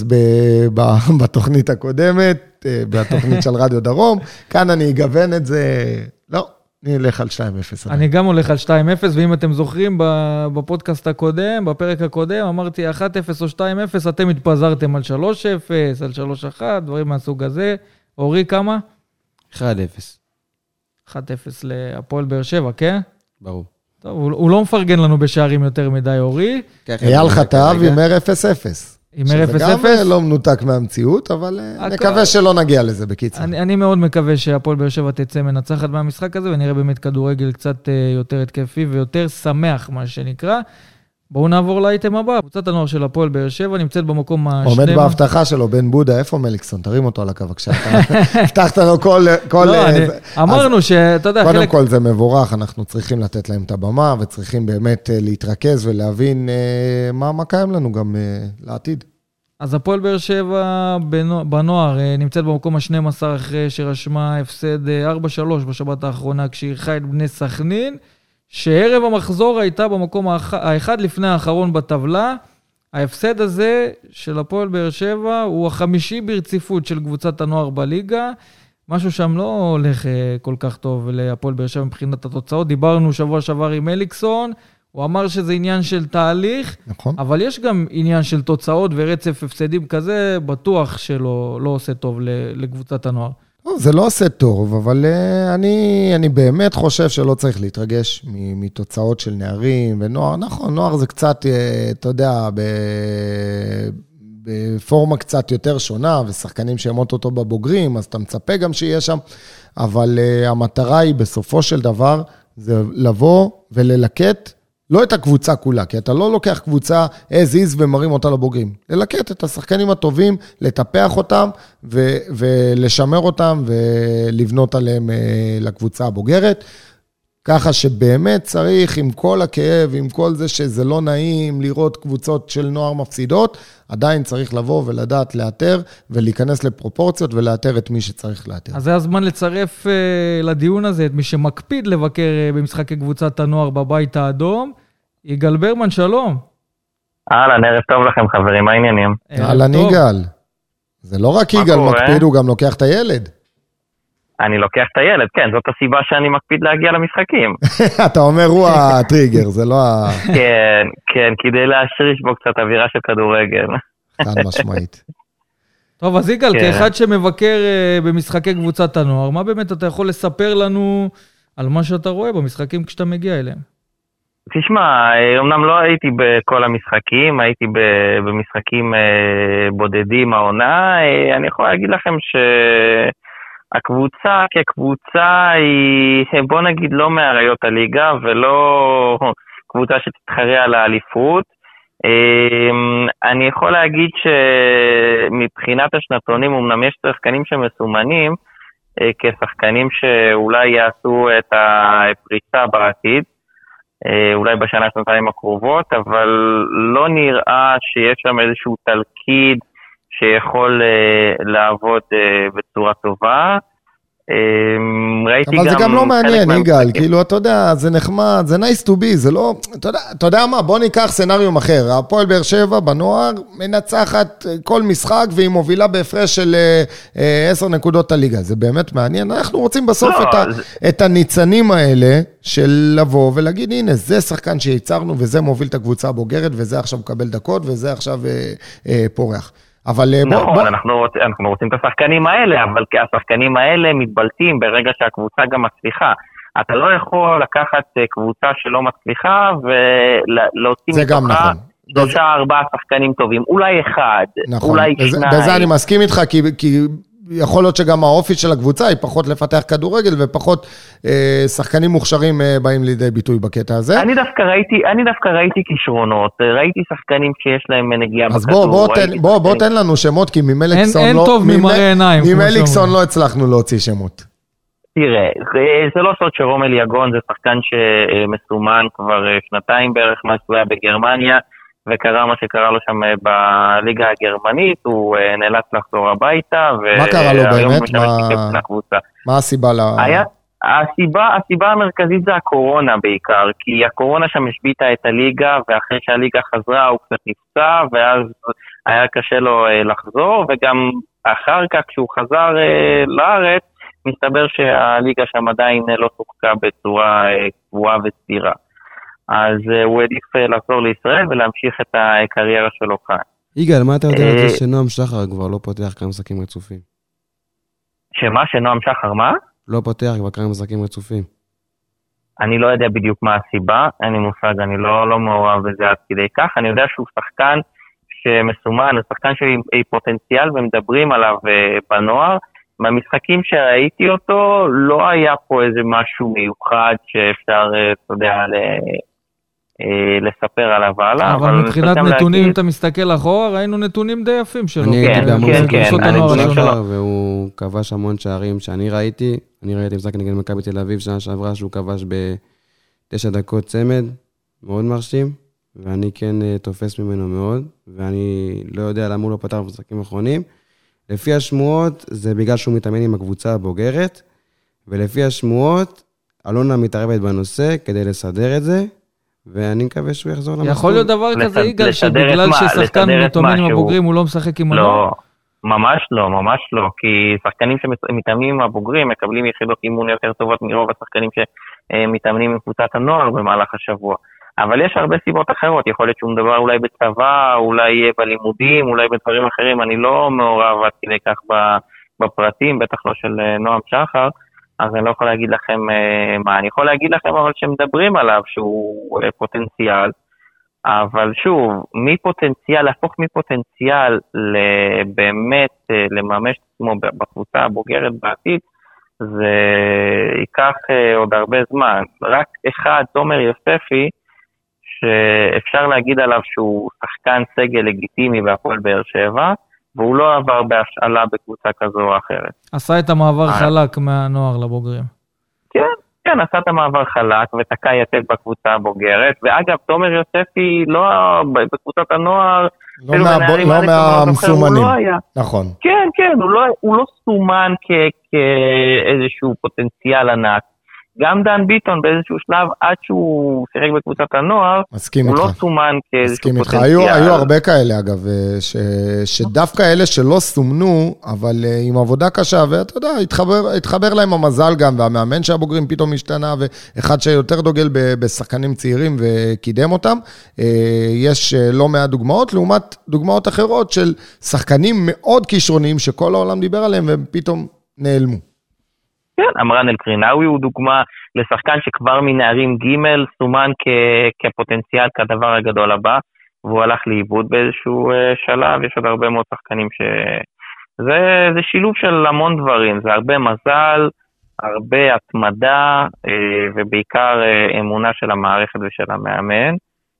בתוכנית הקודמת, בתוכנית של רדיו דרום, כאן אני אגוון את זה, לא, אני אלך על שתיים אפס. אני גם הולך על שתיים אפס, ואם אתם זוכרים, בפודקאסט הקודם, בפרק הקודם, אמרתי אחת אפס או שתיים אפס, אתם התפזרתם על שלוש אפס, על שלוש אחת, דברים מהסוג הזה. אורי, כמה? אחד אפס. אחת אפס להפועל באר שבע, כן? ברור. טוב, הוא, הוא לא מפרגן לנו בשערים יותר מדי, אורי. אייל חטב הימר אפס אפס. הימר אפס אפס? שזה גם לא מנותק מהמציאות, אבל נקווה שלא נגיע לזה בקיצור. אני, אני מאוד מקווה שהפועל באר שבע תצא מנצחת מהמשחק הזה, ונראה באמת כדורגל קצת יותר התקפי ויותר שמח, מה שנקרא. בואו נעבור לאייטם הבא. קבוצת הנוער של הפועל באר שבע נמצאת במקום השני. עומד בהבטחה שלו, בן בודה, איפה מליקסון? תרים אותו על הקו, בבקשה. הבטחת לו כל... לא, אמרנו שאתה יודע, קודם כל זה מבורך, אנחנו צריכים לתת להם את הבמה, וצריכים באמת להתרכז ולהבין מה קיים לנו גם לעתיד. אז הפועל באר שבע בנוער נמצאת במקום ה-שנים עשר אחרי שרשמה הפסד ארבע שלוש בשבת האחרונה, כשאירחה את בני סכנין, שערב המחזור הייתה במקום האחד לפני האחרון בטבלה. ההפסד הזה של הפועל באר שבע הוא החמישי ברציפות של קבוצת הנוער בליגה, משהו שם לא הולך כל כך טוב להפועל באר שבע מבחינת התוצאות. דיברנו שבוע שעבר עם אליקסון, הוא אמר שזה עניין של תהליך, נכון. אבל יש גם עניין של תוצאות ורצף הפסדים כזה, בטוח שלא לא עושה טוב לקבוצת הנוער. זה לא עושה טוב, אבל אני, אני באמת חושב שלא צריך להתרגש מתוצאות של נערים ונוער. נכון, נוער זה קצת, אתה יודע, בפורמה קצת יותר שונה, ושחקנים שימות אותו בבוגרים, אז אתה מצפה גם שיהיה שם, אבל המטרה היא בסופו של דבר, זה לבוא וללקט, לא את הקבוצה כולה, כי אתה לא לוקח קבוצה as is ומרים אותה לבוגרים. ללקט את השחקנים הטובים, לטפח אותם ו- ולשמר אותם ולבנות עליהם לקבוצה הבוגרת. ככה שבאמת צריך עם כל הכאב, עם כל זה שזה לא נעים לראות קבוצות של נוער מפסידות, עדיין צריך לבוא ולדעת לאתר ולהיכנס לפרופורציות ולאתר את מי שצריך לאתר. אז זה הזמן לצרף uh, לדיון הזה את מי שמקפיד לבקר uh, במשחקי קבוצת הנוער בבית האדום. יגאל ברמן, שלום. אהלן, ערב טוב לכם חברים, מה העניינים? אהלן יגאל. זה לא רק יגאל מקפיד, הוא גם לוקח את הילד. אני לוקח את הילד, כן, זאת הסיבה שאני מקפיד להגיע למשחקים. אתה אומר הוא הטריגר, זה לא ה... כן, כן, כדי להשריש בו קצת אווירה של כדורגל. חד משמעית. טוב, אז יגאל, כאחד שמבקר במשחקי קבוצת הנוער, מה באמת אתה יכול לספר לנו על מה שאתה רואה במשחקים כשאתה מגיע אליהם? תשמע, אמנם לא הייתי בכל המשחקים, הייתי במשחקים בודדים העונה, אני יכול להגיד לכם ש... הקבוצה כקבוצה היא, בוא נגיד, לא מאריות הליגה, ולא קבוצה שתתחרה על האליפות. אני יכול להגיד שמבחינת השנתונים, אמנם יש שחקנים שמסומנים, כשחקנים שאולי יעשו את הפריצה בעתיד, אולי בשנה שנתיים הקרובות, אבל לא נראה שיש שם איזשהו תלכיד, שיכול uh, לעבוד uh, בצורה טובה. Uh, משחקים, ראיתי גם... אבל זה גם לא מעניין, יגאל, כאילו, אתה יודע, זה נחמד, זה nice to be, זה לא... אתה יודע, אתה יודע מה, בוא ניקח סנריום אחר. הפועל באר שבע בנוער מנצחת כל משחק, והיא מובילה בהפרש של עשר נקודות הליגה. זה באמת מעניין. אנחנו רוצים בסוף לא, את, ה, זה... את הניצנים האלה, של לבוא ולהגיד, הנה, זה שחקן שייצרנו, וזה מוביל את הקבוצה הבוגרת, וזה עכשיו מקבל דקות, וזה עכשיו אה, אה, פורח. אבל בוא, נכון, בוא... אנחנו, רוצ, אנחנו רוצים את השחקנים האלה, אבל השחקנים האלה מתבלטים ברגע שהקבוצה גם מצליחה. אתה לא יכול לקחת קבוצה שלא מצליחה ולהוציא מתוכה שלושה, ארבעה שחקנים טובים. אולי אחד, נכון. אולי בזה, שניים. בזה אני מסכים איתך, כי... כי... יכול להיות שגם האופי של הקבוצה היא פחות לפתח כדורגל ופחות אה, שחקנים מוכשרים אה, באים לידי ביטוי בקטע הזה. אני דווקא ראיתי, אני דווקא ראיתי כישרונות, ראיתי שחקנים שיש להם נגיעה בכדור. אז בוא, בוא, תן, בוא, בוא תן לנו שמות, כי ממליקסון אין, לא... אין טוב ממראה עיניים. ממליקסון לא הצלחנו להוציא שמות. תראה, זה לא סוד שרומל יגון זה שחקן שמסומן כבר שנתיים בערך, מה שהוא היה בגרמניה, וקרה מה שקרה לו שם בליגה הגרמנית, הוא נאלץ לחזור הביתה. מה קרה לו באמת? מה הסיבה ל... הסיבה, הסיבה המרכזית זה הקורונה בעיקר, כי הקורונה שם השביתה את הליגה, ואחרי שהליגה חזרה הוא קצת נפצע, ואז היה קשה לו לחזור, וגם אחר כך כשהוא חזר לארץ, מסתבר שהליגה שם עדיין לא תוחקה בצורה קבועה וסתירה. אז הוא העדיף לחזור לישראל ולהמשיך את הקריירה שלו כאן. יגאל, מה אתה יודע על זה שנועם שחר כבר לא פותח כמה משחקים רצופים? שמה? שנועם שחר מה? לא פותח כבר כמה משחקים רצופים. אני לא יודע בדיוק מה הסיבה, אין לי מושג, אני לא, לא מעורב בזה עד כדי כך. אני יודע שהוא שחקן שמסומן, הוא שחקן שהיא פוטנציאל ומדברים עליו בנוער. במשחקים שראיתי אותו, לא היה פה איזה משהו מיוחד שאפשר, אתה יודע, לספר עליו הלאה. אבל מבחינת נתונים, אם אתה מסתכל אחורה, ראינו נתונים די יפים שלו. אני הייתי בהמון קבוצות הנוער שלו, והוא כבש המון שערים שאני ראיתי. אני ראיתי משחק נגד מכבי תל אביב שנה שעברה, שהוא כבש בתשע דקות צמד, מאוד מרשים, ואני כן תופס ממנו מאוד, ואני לא יודע למה הוא לא פתח במשחקים האחרונים. לפי השמועות, זה בגלל שהוא מתאמן עם הקבוצה הבוגרת, ולפי השמועות, אלונה מתערבת בנושא כדי לסדר את זה, ואני מקווה שהוא יחזור למסלול. יכול להיות דבר כזה, יגאל, שבגלל ששחקן מתאמן עם הבוגרים, הוא לא משחק עם הנוער? לא, ממש לא, ממש לא, כי שחקנים שמתאמנים עם הבוגרים, מקבלים יחידות אימון יותר טובות מרוב השחקנים שמתאמנים עם קבוצת הנוער במהלך השבוע. אבל יש הרבה סיבות אחרות, יכול להיות שהוא מדבר אולי בצבא, אולי בלימודים, אולי בדברים אחרים, אני לא מעורב עד כדי כך בפרטים, בטח לא של נועם שחר, אז אני לא יכול להגיד לכם מה, אני יכול להגיד לכם אבל שמדברים עליו שהוא פוטנציאל, אבל שוב, מפוטנציאל, להפוך מפוטנציאל באמת לממש את עצמו בקבוצה הבוגרת בעתיד, זה ייקח עוד הרבה זמן. רק אחד, תומר יוספי, שאפשר להגיד עליו שהוא שחקן סגל לגיטימי בהפועל באר שבע, והוא לא עבר בהשאלה בקבוצה כזו או אחרת. עשה את המעבר חלק מהנוער לבוגרים. כן, כן, עשה את המעבר חלק ותקע יתד בקבוצה הבוגרת, ואגב, תומר יוספי לא בקבוצת הנוער, לא מהמסומנים, נכון. כן, כן, הוא לא סומן כאיזשהו פוטנציאל ענק. גם דן ביטון באיזשהו שלב, עד שהוא שיחק בקבוצת הנוער, הוא לא סומן כאיזשהו פוטנציאל. היו, היו הרבה כאלה אגב, ש, שדווקא אלה שלא סומנו, אבל עם עבודה קשה, ואתה יודע, התחבר, התחבר להם המזל גם, והמאמן שהבוגרים פתאום השתנה, ואחד שיותר דוגל בשחקנים צעירים וקידם אותם, יש לא מעט דוגמאות, לעומת דוגמאות אחרות של שחקנים מאוד כישרוניים, שכל העולם דיבר עליהם, והם פתאום נעלמו. כן, אמרן אל-קרינאווי הוא דוגמה לשחקן שכבר מנערים ג' סומן כ- כפוטנציאל, כדבר הגדול הבא, והוא הלך לאיבוד באיזשהו שלב, יש עוד הרבה מאוד שחקנים ש... זה, זה שילוב של המון דברים, זה הרבה מזל, הרבה התמדה, ובעיקר אמונה של המערכת ושל המאמן,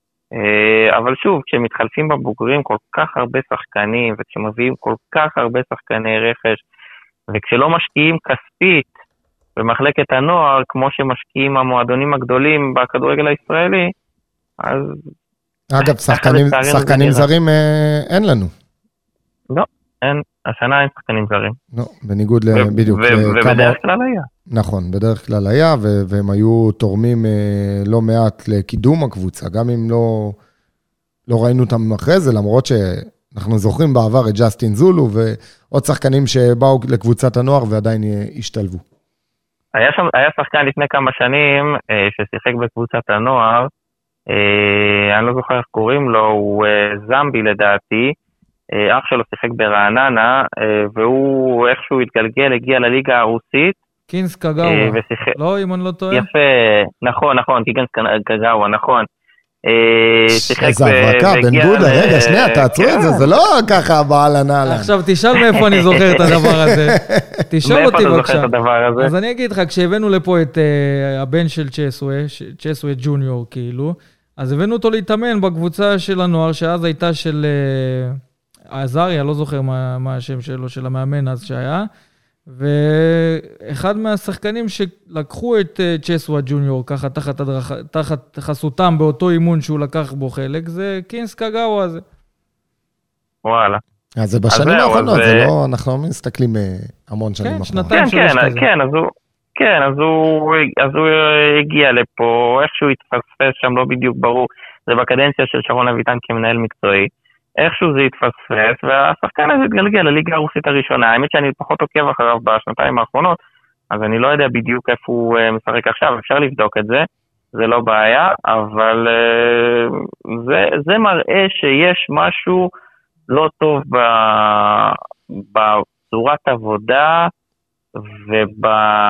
אבל שוב, כשמתחלפים בבוגרים כל כך הרבה שחקנים, וכשמביאים כל כך הרבה שחקני רכש, וכשלא משקיעים כספית, במחלקת הנוער, כמו שמשקיעים המועדונים הגדולים בכדורגל הישראלי, אז... אגב, שחקנים, שחקנים זרים אין לנו. לא, אין, השנה אין שחקנים זרים. לא, בניגוד בדיוק. ובדרך כלל היה. נכון, בדרך כלל היה, והם היו תורמים לא מעט לקידום הקבוצה, גם אם לא, לא ראינו אותם אחרי זה, למרות שאנחנו זוכרים בעבר את ג'סטין זולו, ועוד שחקנים שבאו לקבוצת הנוער ועדיין השתלבו. היה, שם, היה שחקן לפני כמה שנים ששיחק בקבוצת הנוער, אני לא זוכר איך קוראים לו, הוא זמבי לדעתי, אח שלו שיחק ברעננה, והוא איכשהו התגלגל, הגיע לליגה הרוסית. קינס קגאווה, לא, אם אני לא טועה? יפה, נכון, נכון, קינס קגאווה, נכון. איזה הברקה, בן בודה, רגע, שנייה, תעצרו את זה, זה לא ככה בעל הנעלן. עכשיו תשאל מאיפה אני זוכר את הדבר הזה. תשאל אותי בבקשה. אז אני אגיד לך, כשהבאנו לפה את הבן של צ'סווה, צ'סווה ג'וניור כאילו, אז הבאנו אותו להתאמן בקבוצה של הנוער, שאז הייתה של עזריה, לא זוכר מה, מה השם שלו, של המאמן אז שהיה, ואחד מהשחקנים שלקחו את צ'סווה ג'וניור, ככה תחת, הדרח, תחת חסותם באותו אימון שהוא לקח בו חלק, זה קינס קגאווה הזה. וואלה. אז זה בשנים האחרונות, זה לא, אנחנו מסתכלים המון שנים אחרונות. כן, שנתיים שלוש כזה. כן, אז הוא... כן, אז הוא, אז הוא הגיע לפה, איכשהו התפספס שם, לא בדיוק ברור, זה בקדנציה של שרון אביטן כמנהל מקצועי, איכשהו זה התפספס, והשחקן הזה התגלגל לליגה הרוסית הראשונה, האמת שאני פחות עוקב אחריו בשנתיים האחרונות, אז אני לא יודע בדיוק איפה הוא משחק עכשיו, אפשר לבדוק את זה, זה לא בעיה, אבל זה, זה מראה שיש משהו לא טוב בצורת עבודה, וב...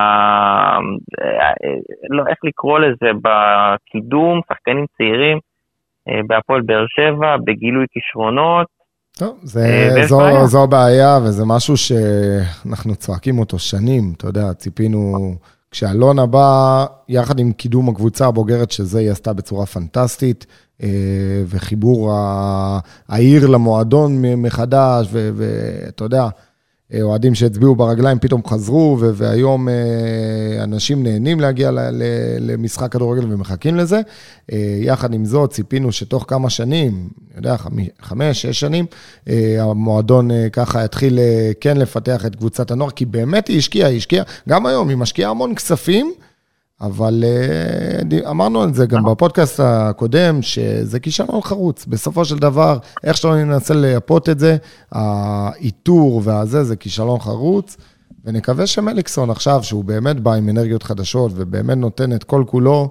לא, איך לקרוא לזה, בקידום, שחקנים צעירים, בהפועל באר שבע, בגילוי כישרונות. טוב, זה, זו, זו בעיה, וזה משהו שאנחנו צועקים אותו שנים, אתה יודע, ציפינו, כשאלונה בא, יחד עם קידום הקבוצה הבוגרת, שזה היא עשתה בצורה פנטסטית, וחיבור העיר למועדון מחדש, ואתה יודע, אוהדים שהצביעו ברגליים פתאום חזרו, והיום אנשים נהנים להגיע למשחק כדורגל ומחכים לזה. יחד עם זאת, ציפינו שתוך כמה שנים, אני יודע, חמש, שש שנים, המועדון ככה יתחיל כן לפתח את קבוצת הנוער, כי באמת היא השקיעה, היא השקיעה, גם היום היא משקיעה המון כספים, אבל אמרנו על זה גם בפודקאסט הקודם, שזה כישלון חרוץ. בסופו של דבר, איך שלא ננסה לייפות את זה, האיתור והזה, זה כישלון חרוץ, ונקווה שמליקסון עכשיו, שהוא באמת בא עם אנרגיות חדשות, ובאמת נותן את כל כולו,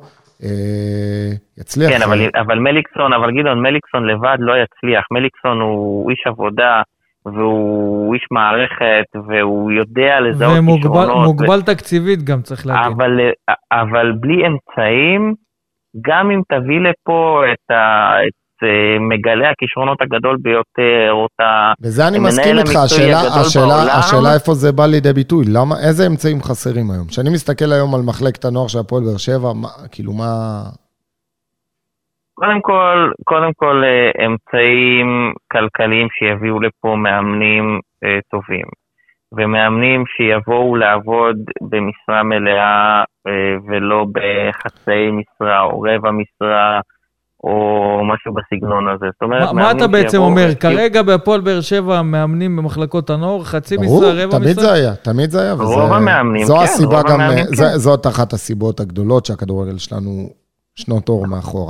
יצליח. כן, אבל, אבל מליקסון, אבל גדעון, מליקסון לבד לא יצליח. מליקסון הוא איש עבודה, והוא איש מערכת, והוא יודע לזהות כישרונות. ומוגבל תקציבית גם צריך להגיד. אבל, אבל בלי אמצעים, גם אם תביא לפה את, ה, את מגלה הכישרונות הגדול ביותר, אותה... וזה אני מסכים איתך, השאלה, השאלה, השאלה איפה זה בא לידי ביטוי, למה, איזה אמצעים חסרים היום? שאני מסתכל היום על מחלקת הנוער של הפועל באר שבע, מה, כאילו מה... קודם כל, קודם כל, אמצעים כלכליים שיביאו לפה מאמנים אה, טובים, ומאמנים שיבואו לעבוד במשרה מלאה, אה, ולא בחצי משרה או רבע משרה, או משהו בסגנון הזה. זאת אומרת, מה, מה אתה בעצם אומר? כרגע בהפועל באר שבע מאמנים במחלקות הנוער, חצי משרה, רבע משרה? תמיד זה היה, תמיד זה היה. רוב המאמנים, זו הסיבה גם, זאת אחת הסיבות הגדולות שהכדורגל שלנו שנות אור מאחורה.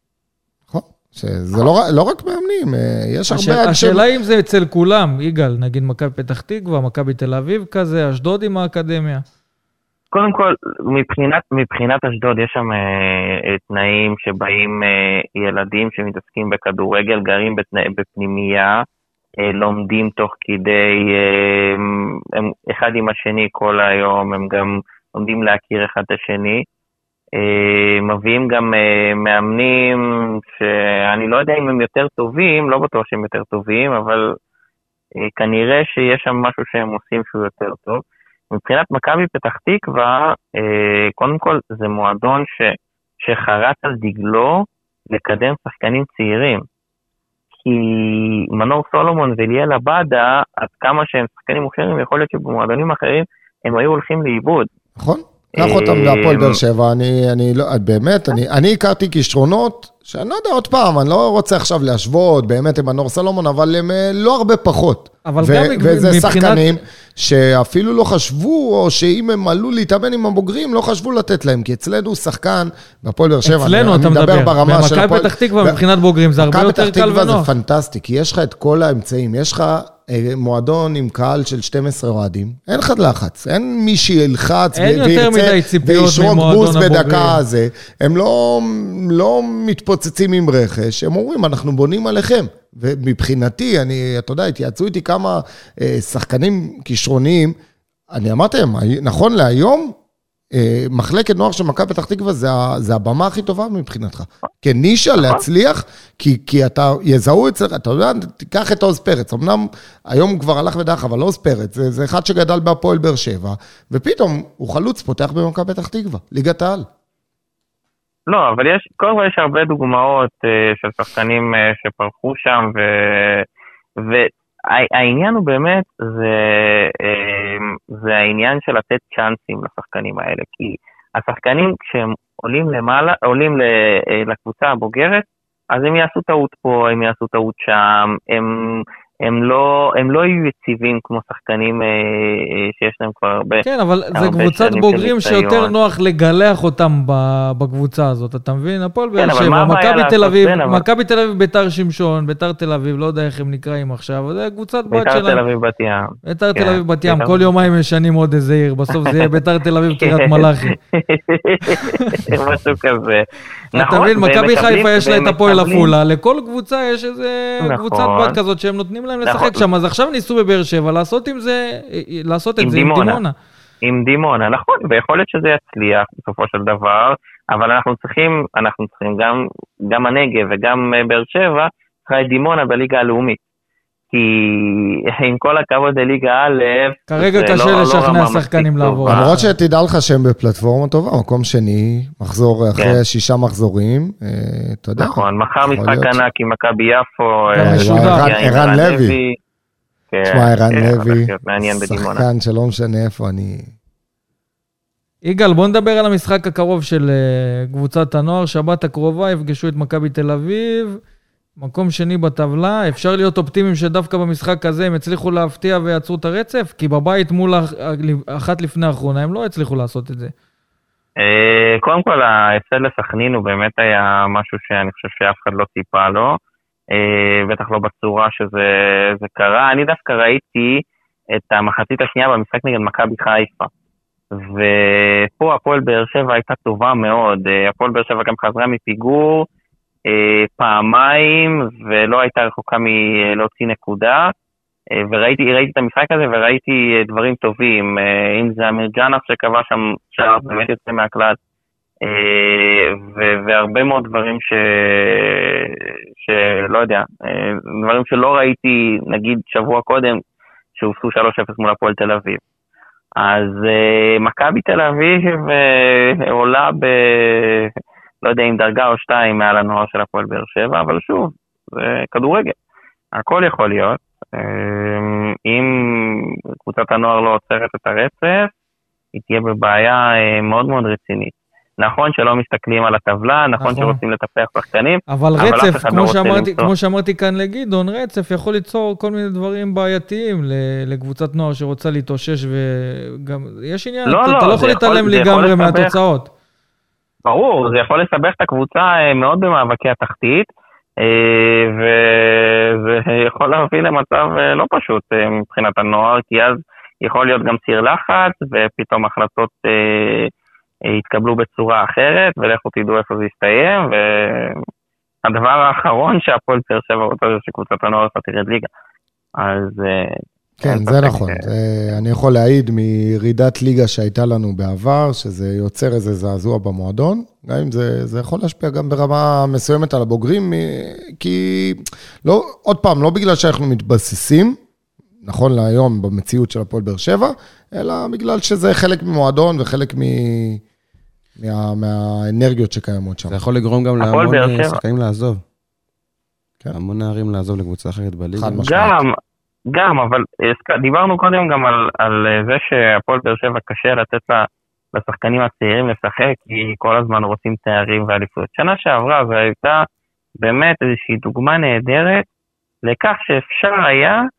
שזה לא, לא רק מאמנים, יש הש... הרבה... השאלה אם זה אצל כולם, יגאל, נגיד מכבי פתח תקווה, מכבי תל אביב כזה, אשדוד עם האקדמיה. קודם כל, מבחינת, מבחינת אשדוד יש שם אה, תנאים שבאים אה, ילדים שמתעסקים בכדורגל, גרים בתנא, בפנימייה, אה, לומדים תוך כדי, אה, הם אחד עם השני כל היום, הם גם לומדים להכיר אחד את השני, מביאים גם מאמנים שאני לא יודע אם הם יותר טובים, לא בטוח שהם יותר טובים, אבל כנראה שיש שם משהו שהם עושים שהוא יותר טוב. מבחינת מכבי פתח תקווה, קודם כל זה מועדון ש, שחרט על דגלו לקדם שחקנים צעירים. כי מנור סולומון וליאל עבדה, עד כמה שהם שחקנים מוכשרים, יכול להיות שבמועדונים אחרים הם היו הולכים לאיבוד. נכון. קח אותם להפועל באר שבע, אני, אני לא, באמת, אני, אני הכרתי כישרונות, שאני לא יודע עוד פעם, אני לא רוצה עכשיו להשוות, באמת עם מנור סולומון, אבל הם לא הרבה פחות. אבל גם וזה שחקנים שאפילו לא חשבו, או שאם הם עלו להתאמן עם הבוגרים, לא חשבו לתת להם, כי אצלנו שחקן, בפועל באר שבע, אצלנו אתה מדבר, במכבי פתח תקווה מבחינת בוגרים, זה הרבה יותר קל ונוח. זה פנטסטי, כי יש לך את כל האמצעים, יש לך מועדון עם קהל של שנים עשרה אוהדים, אין אחד לחץ, אין מי שילחץ וישרוק בוס בדקה הזה, הם לא, לא מתפוצצים עם רכש, הם אומרים, אנחנו בונים עליכם, ומבחינתי, אני, אתה יודע, התייעצו איתי כמה אה, שחקנים כישרוניים, אני אמרתי להם, נכון להיום, אה, מחלקת נוער של מכבי פתח תקווה, זה, זה הבמה הכי טובה מבחינתך. כנישה להצליח, כי, כי אתה יזהו אצלך, אתה יודע, תיקח את עוז פרץ, אמנם היום הוא כבר הלך ודח, אבל עוז פרץ, זה, זה אחד שגדל בהפועל באר שבע, ופתאום הוא חלוץ פותח במכבי פתח תקווה, ליגת העל. לא, אבל יש, קודם כל יש הרבה דוגמאות uh, של שחקנים uh, שפרחו שם, ו, והעניין הוא באמת, זה, uh, זה העניין של לתת צ'אנסים לשחקנים האלה, כי השחקנים כשהם עולים למעלה, עולים לקבוצה הבוגרת, אז הם יעשו טעות פה, הם יעשו טעות שם, הם... הם לא, הם לא יהיו יציבים כמו שחקנים אה, שיש להם כבר הרבה... כן, אבל זה קבוצת בוגרים שיותר נוח לגלח אותם בקבוצה הזאת, אתה מבין? הפועל באר שבע, מכבי תל אביב, מכבי תל אביב, ביתר שמשון, ביתר תל אביב, לא יודע איך הם נקראים עכשיו, זה קבוצת בת שלהם. ביתר תל אביב בת ים. ביתר תל אביב בת ים, כל יומיים משנים עוד איזה עיר, בסוף זה יהיה ביתר תל אביב קריית מלאכי. משהו כזה. אתה מבין, מכבי חיפה יש לה את הפועל עפולה, לכל קבוצה יש איזה קבוצת בת כזאת שהם נותנים להם לשחק שם, אז עכשיו ניסו בבאר שבע לעשות עם זה, לעשות את זה עם דימונה. עם דימונה, נכון, ויכול להיות שזה יצליח בסופו של דבר, אבל אנחנו צריכים, אנחנו צריכים גם, גם הנגב וגם באר שבע, צריכה את דימונה בליגה הלאומית. כי עם כל הכבוד לליגה א', כרגע קשה לשכנע שחקנים לעבור. למרות שתדע לך שהם בפלטפורמה טובה, מקום שני, מחזור אחרי שישה מחזורים, אתה יודע. נכון, מחר משחק ענק עם מכבי יפו, ערן לוי. תשמע, ערן לוי, שחקן שלא משנה איפה אני... יגאל, בוא נדבר על המשחק הקרוב של קבוצת הנוער, שבת הקרובה, יפגשו את מכבי תל אביב, מקום שני בטבלה, אפשר להיות אופטימיים שדווקא במשחק הזה הם הצליחו להפתיע ויעצרו את הרצף? כי בבית מול אחת לפני האחרונה הם לא הצליחו לעשות את זה. קודם כל, ההפסד לסכנין הוא באמת היה משהו שאני חושב שאף אחד לא ציפה לו, בטח לא בצורה שזה קרה. אני דווקא ראיתי את המחצית השנייה במשחק נגד מכבי חיפה, ופה הפועל באר שבע הייתה טובה מאוד, הפועל באר שבע גם חזרה מפיגור, פעמיים, ולא הייתה רחוקה מלהוציא נקודה, וראיתי ראיתי את המשחק הזה, וראיתי דברים טובים, אם זה אמיר ג'אנף שקבע שם, שער באמת יוצא מהכלל, והרבה מאוד דברים ש... שלא יודע, דברים שלא ראיתי, נגיד שבוע קודם, שהופסו שלוש אפס מול הפועל תל אביב. אז מכבי תל אביב עולה ב... לא יודע אם דרגה או שתיים מעל הנוער של הפועל באר שבע, אבל שוב, זה כדורגל. הכל יכול להיות. אם קבוצת הנוער לא עוצרת את הרצף, היא תהיה בבעיה מאוד מאוד רצינית. נכון שלא מסתכלים על הטבלה, נכון שרוצים לטפח שחקנים, אבל רצף, כמו שאמרתי, כמו שאמרתי כאן לגדעון, רצף יכול ליצור כל מיני דברים בעייתיים לקבוצת נוער שרוצה להתאושש, וגם יש עניין, אתה לא יכול להתעלם לגמרי מהתוצאות. ברור, זה יכול לסבך את הקבוצה מאוד במאבקי התחתית, וזה יכול להביא למצב לא פשוט מבחינת הנוער, כי אז יכול להיות גם ציר לחץ, ופתאום החלטות יתקבלו בצורה אחרת, ולכו תדעו איפה זה יסתיים, והדבר האחרון שהפועל באר שבע רוצה זה שקבוצת הנוער תרד ליגה. אז... כן, זה נכון. אני יכול להעיד מירידת ליגה שהייתה לנו בעבר, שזה יוצר איזה זעזוע במועדון, גם אם זה, זה יכול להשפיע גם ברמה מסוימת על הבוגרים, כי לא, עוד פעם, לא בגלל שאנחנו מתבססים, נכון להיום במציאות של הפועל באר שבע, אלא בגלל שזה חלק ממועדון וחלק מ... מה, מהאנרגיות שקיימות שם. זה יכול לגרום גם להמון שחקנים לעזוב. כן. המון נערים לעזוב לקבוצה אחרת בליגה. גם, גם, אבל דיברנו קודם גם על, על זה שהפועל באר שבע קשה לתת לשחקנים הצעירים לשחק, כי כל הזמן רוצים תארים ואליפויות. שנה שעברה זו הייתה באמת איזושהי דוגמה נהדרת, לכך שאפשר היה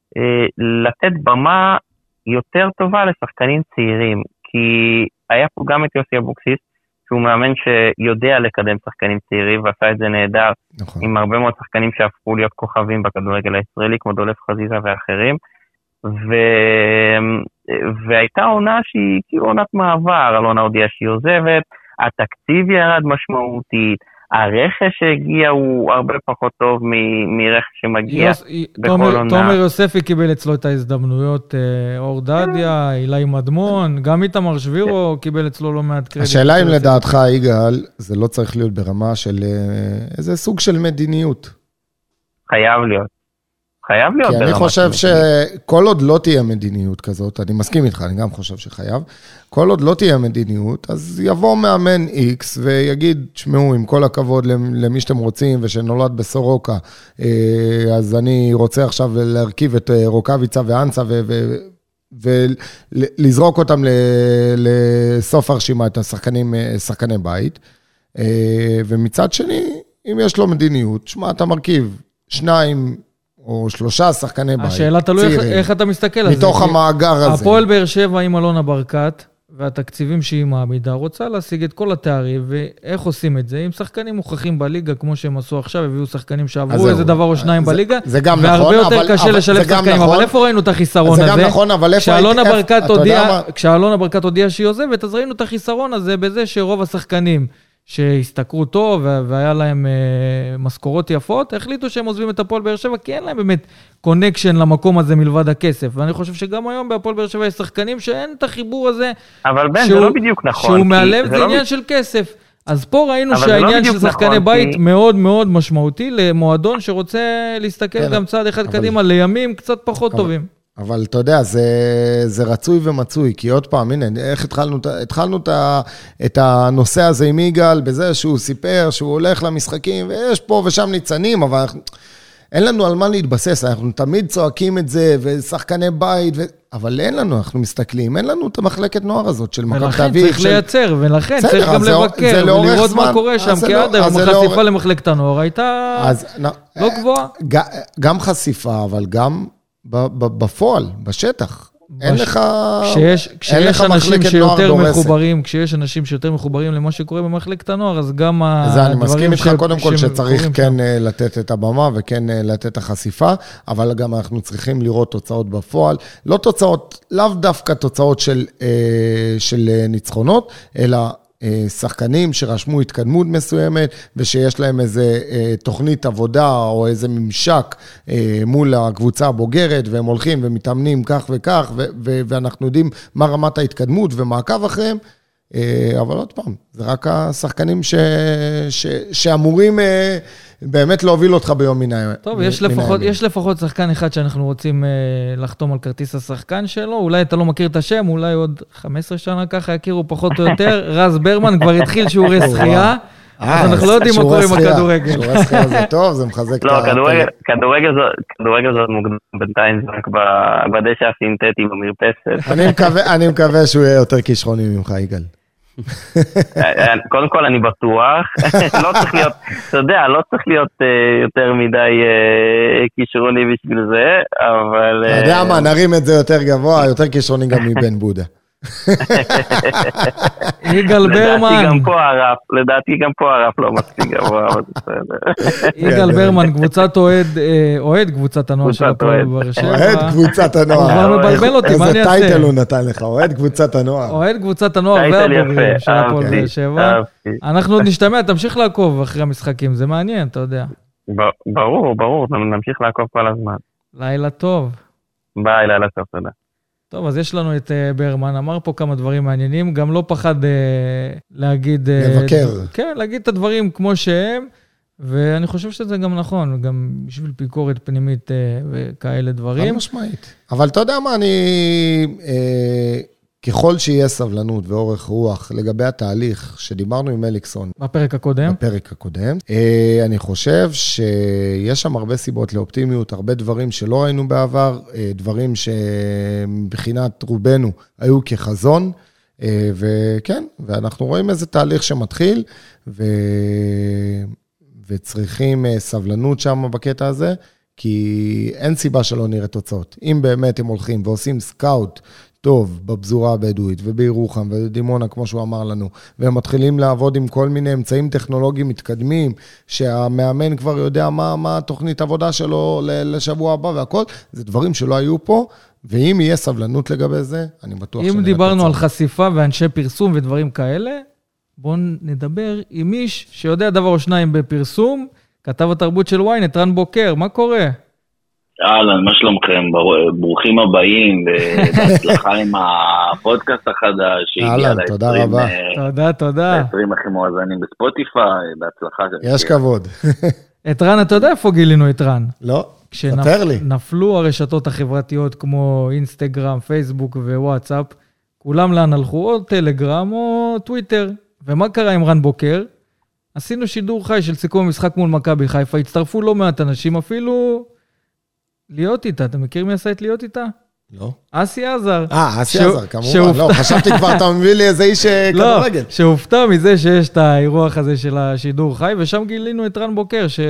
לתת במה יותר טובה לשחקנים צעירים, כי היה פה גם את יוסי אבוקסיס, שהוא מאמן שיודע לקדם שחקנים צעירים, ועשה את זה נהדר, נכון. עם הרבה מאוד שחקנים שהפכו להיות כוכבים בכדורגל הישראלי, כמו דולף חזיזה ואחרים, ו... והייתה עונה שהיא כאילו עונת מעבר, אלונה הודיעה שהיא עוזבת, התקציב ירד משמעותית, הרכש שהגיע הוא הרבה פחות טוב מרכש שמגיע יוס, בכל תומר, עונה. תומר יוספי קיבל אצלו את ההזדמנויות, אור דדיה, אילי מדמון, גם איתמר שבירו קיבל אצלו לא מעט קרדיט. השאלה אם לדעתך, יגאל, זה לא צריך להיות ברמה של איזה סוג של מדיניות. חייב להיות. חייב להיות. כי אני חושב שכל עוד לא תהיה מדיניות כזאת, אני מסכים איתך, אני גם חושב שחייב, כל עוד לא תהיה מדיניות, אז יבוא מאמן X ויגיד, תשמעו, עם כל הכבוד למי שאתם רוצים, ושנולד בסורוקה, אז אני רוצה עכשיו להרכיב את רוקביצה ואנסה, ולזרוק אותם לסוף הרשימה, את השחקנים, שחקני בית, ומצד שני, אם יש לו מדיניות, שמה, אתה מרכיב שניים, או שלושה שחקני בית. השאלה תלוי איך, איך אתה מסתכל על זה. מתוך המאגר הזה. הפועל באר שבע עם אלונה ברקת, והתקציבים שהיא מעמידה, רוצה להשיג את כל התארים, ואיך עושים את זה? עם שחקנים מוכחים בליגה, כמו שהם עשו עכשיו, הביאו שחקנים שעברו איזה דבר או שניים זה, בליגה, זה גם והרבה נכון, יותר אבל, קשה אבל, לשלב שחקנים. נכון, אבל איפה ראינו את החיסרון זה הזה? זה גם נכון, אבל איפה... כשאלונה ברקת הודיעה, כשאלונה ברקת הודיעה שהיא עוזבת, אז ראינו את החיסרון הזה בזה שרוב השחקנים שהסתכרו טוב והיה להם משכורות יפות, החליטו שהם עוזבים את הפועל באר שבע, כי אין להם באמת קונקשן למקום הזה מלבד הכסף. ואני חושב שגם היום בהפועל באר שבע יש שחקנים שאין את החיבור הזה. אבל בן, זה לא בדיוק נכון. שהוא מעלב, זה עניין של כסף. אז פה ראינו שהעניין של שחקני בית מאוד מאוד משמעותי למועדון שרוצה להסתכל גם צעד אחד קדימה לימים קצת פחות טובים. אבל אתה יודע, זה, זה רצוי ומצוי, כי עוד פעם, הנה, איך התחלנו, התחלנו את הנושא הזה עם יגאל, בזה שהוא סיפר, שהוא הולך למשחקים, ויש פה ושם ניצנים, אבל אנחנו, אין לנו על מה להתבסס, אנחנו תמיד צועקים את זה, ושחקני בית, ו... אבל אין לנו, אנחנו מסתכלים, אין לנו את המחלקת נוער הזאת של מכבי תל אביב. ולכן צריך של... לייצר, ולכן צריך גם לבקר, ולראות מה קורה שם, כי עד היום החשיפה למחלקת הנוער הייתה לא גבוהה. גם חשיפה, אבל גם... בפועל, בשטח. אין לך... כשיש אנשים שיותר מחוברים, כשיש אנשים שיותר מחוברים למה שקורה במחלקת הנוער, אז גם הדברים... זה, אני מסכים איתך קודם כל שצריך כן לתת את הבמה וכן לתת את החשיפה, אבל גם אנחנו צריכים לראות תוצאות בפועל, לא תוצאות, לאו דווקא תוצאות של ניצחונות, אלא... שחקנים שרשמו התקדמות מסוימת, ושיש להם איזה תוכנית עבודה, או איזה ממשק מול הקבוצה הבוגרת, והם הולכים ומתאמנים כך וכך, ואנחנו יודעים מה רמת ההתקדמות, ומעקב אחריהם, אבל עוד פעם, זה רק השחקנים ש... ש... שאמורים באמת להוביל אותך ביום מן הימים. טוב, יש לפחות, יש לפחות שחקן אחד שאנחנו רוצים לחתום על כרטיס השחקן שלו, אולי אתה לא מכיר את השם, אולי עוד חמש עשרה שנה ככה יכירו פחות או יותר, רז ברמן כבר התחיל שיעורי שחייה, אז אנחנו לא יודעים מה קורה עם הכדורגל. שיעורי שחייה זה טוב, זה מחזק את ה... לא, כדורגל זאת מוקדם בינתיים, זה רק בדשא הסינתטי במרפסת. אני מקווה שהוא יהיה יותר כישרוני ממך, יגאל. קודם כל אני בטוח, לא צריך להיות, אתה יודע, לא צריך להיות יותר מדי כישרוני בשביל זה, אבל... אתה יודע מה, נרים את זה יותר גבוה, יותר כישרוני גם מבן בודה. יגאל ברמן. לדעתי גם פה הרף, לדעתי גם פה הרף לא מספיק גבוה, אבל בסדר. יגאל ברמן, קבוצת אוהד, אוהד קבוצת הנוער של הפועל באר שבע. אוהד קבוצת הנוער. הוא כבר מבלבל אותי, מה אני אעשה? איזה טייטל הוא נתן לך, אוהד קבוצת הנוער. אוהד קבוצת הנוער והבוגרים של הפועל באר שבע. אנחנו עוד נשתמע, תמשיך לעקוב אחרי המשחקים, זה מעניין, אתה יודע. ברור, ברור, נמשיך לעקוב כל הזמן. לילה טוב. ביי, לילה טוב, תודה. טוב, אז יש לנו את ברמן, אמר פה כמה דברים מעניינים, גם לא פחד אה, להגיד... לבקר. אה, כן, להגיד את הדברים כמו שהם, ואני חושב שזה גם נכון, גם בשביל ביקורת פנימית אה, וכאלה דברים. חד משמעית. אבל אתה יודע מה, אני... אה, ככל שיהיה סבלנות ואורך רוח לגבי התהליך שדיברנו עם אליקסון. בפרק הקודם. בפרק הקודם. אני חושב שיש שם הרבה סיבות לאופטימיות, הרבה דברים שלא ראינו בעבר, דברים שמבחינת רובנו היו כחזון, וכן, ואנחנו רואים איזה תהליך שמתחיל, ו... וצריכים סבלנות שם בקטע הזה, כי אין סיבה שלא נראה תוצאות. אם באמת הם הולכים ועושים סקאוט טוב בבזורה הבדואית ובירוחם ובדימונה, כמו שהוא אמר לנו, והם מתחילים לעבוד עם כל מיני אמצעים טכנולוגיים מתקדמים, שהמאמן כבר יודע מה, מה תוכנית עבודה שלו לשבוע הבא והכל, זה דברים שלא היו פה, ואם יהיה סבלנות לגבי זה, אני בטוח שנראה תוצאות. אם דיברנו על חשיפה ואנשי פרסום ודברים כאלה, בואו נדבר עם איש שיודע דבר או שניים בפרסום, כתב התרבות של וויינט, רן בוקר, מה קורה? אהלן, מה שלומכם? ברוכים הבאים, ובהצלחה עם הפודקאסט החדש. אהלן, תודה רבה. תודה, תודה. עשרים הכי מואזנים בספוטיפיי, בהצלחה. יש כבוד. את רן, אתה יודע איפה גילינו את רן? לא, ספר לי. כשנפלו הרשתות החברתיות כמו אינסטגרם, פייסבוק ווואטסאפ, כולם לאן הלכו, או טלגרם או טוויטר. ומה קרה עם רן בוקר? עשינו שידור חי של סיכום המשחק מול מכבי חיפה, הצטרפו לא מעט אנשים, אפילו להיות איתה. אתה מכיר מי עשה את להיות איתה? לא. אסי עזר. אה, אסי עזר, כמובן. לא, חשבתי כבר, אתה מביא לי איזה איש כדורגל. לא, שהופתע מזה שיש את האירוח הזה של השידור חי, ושם גילינו את רן בוקר, ש...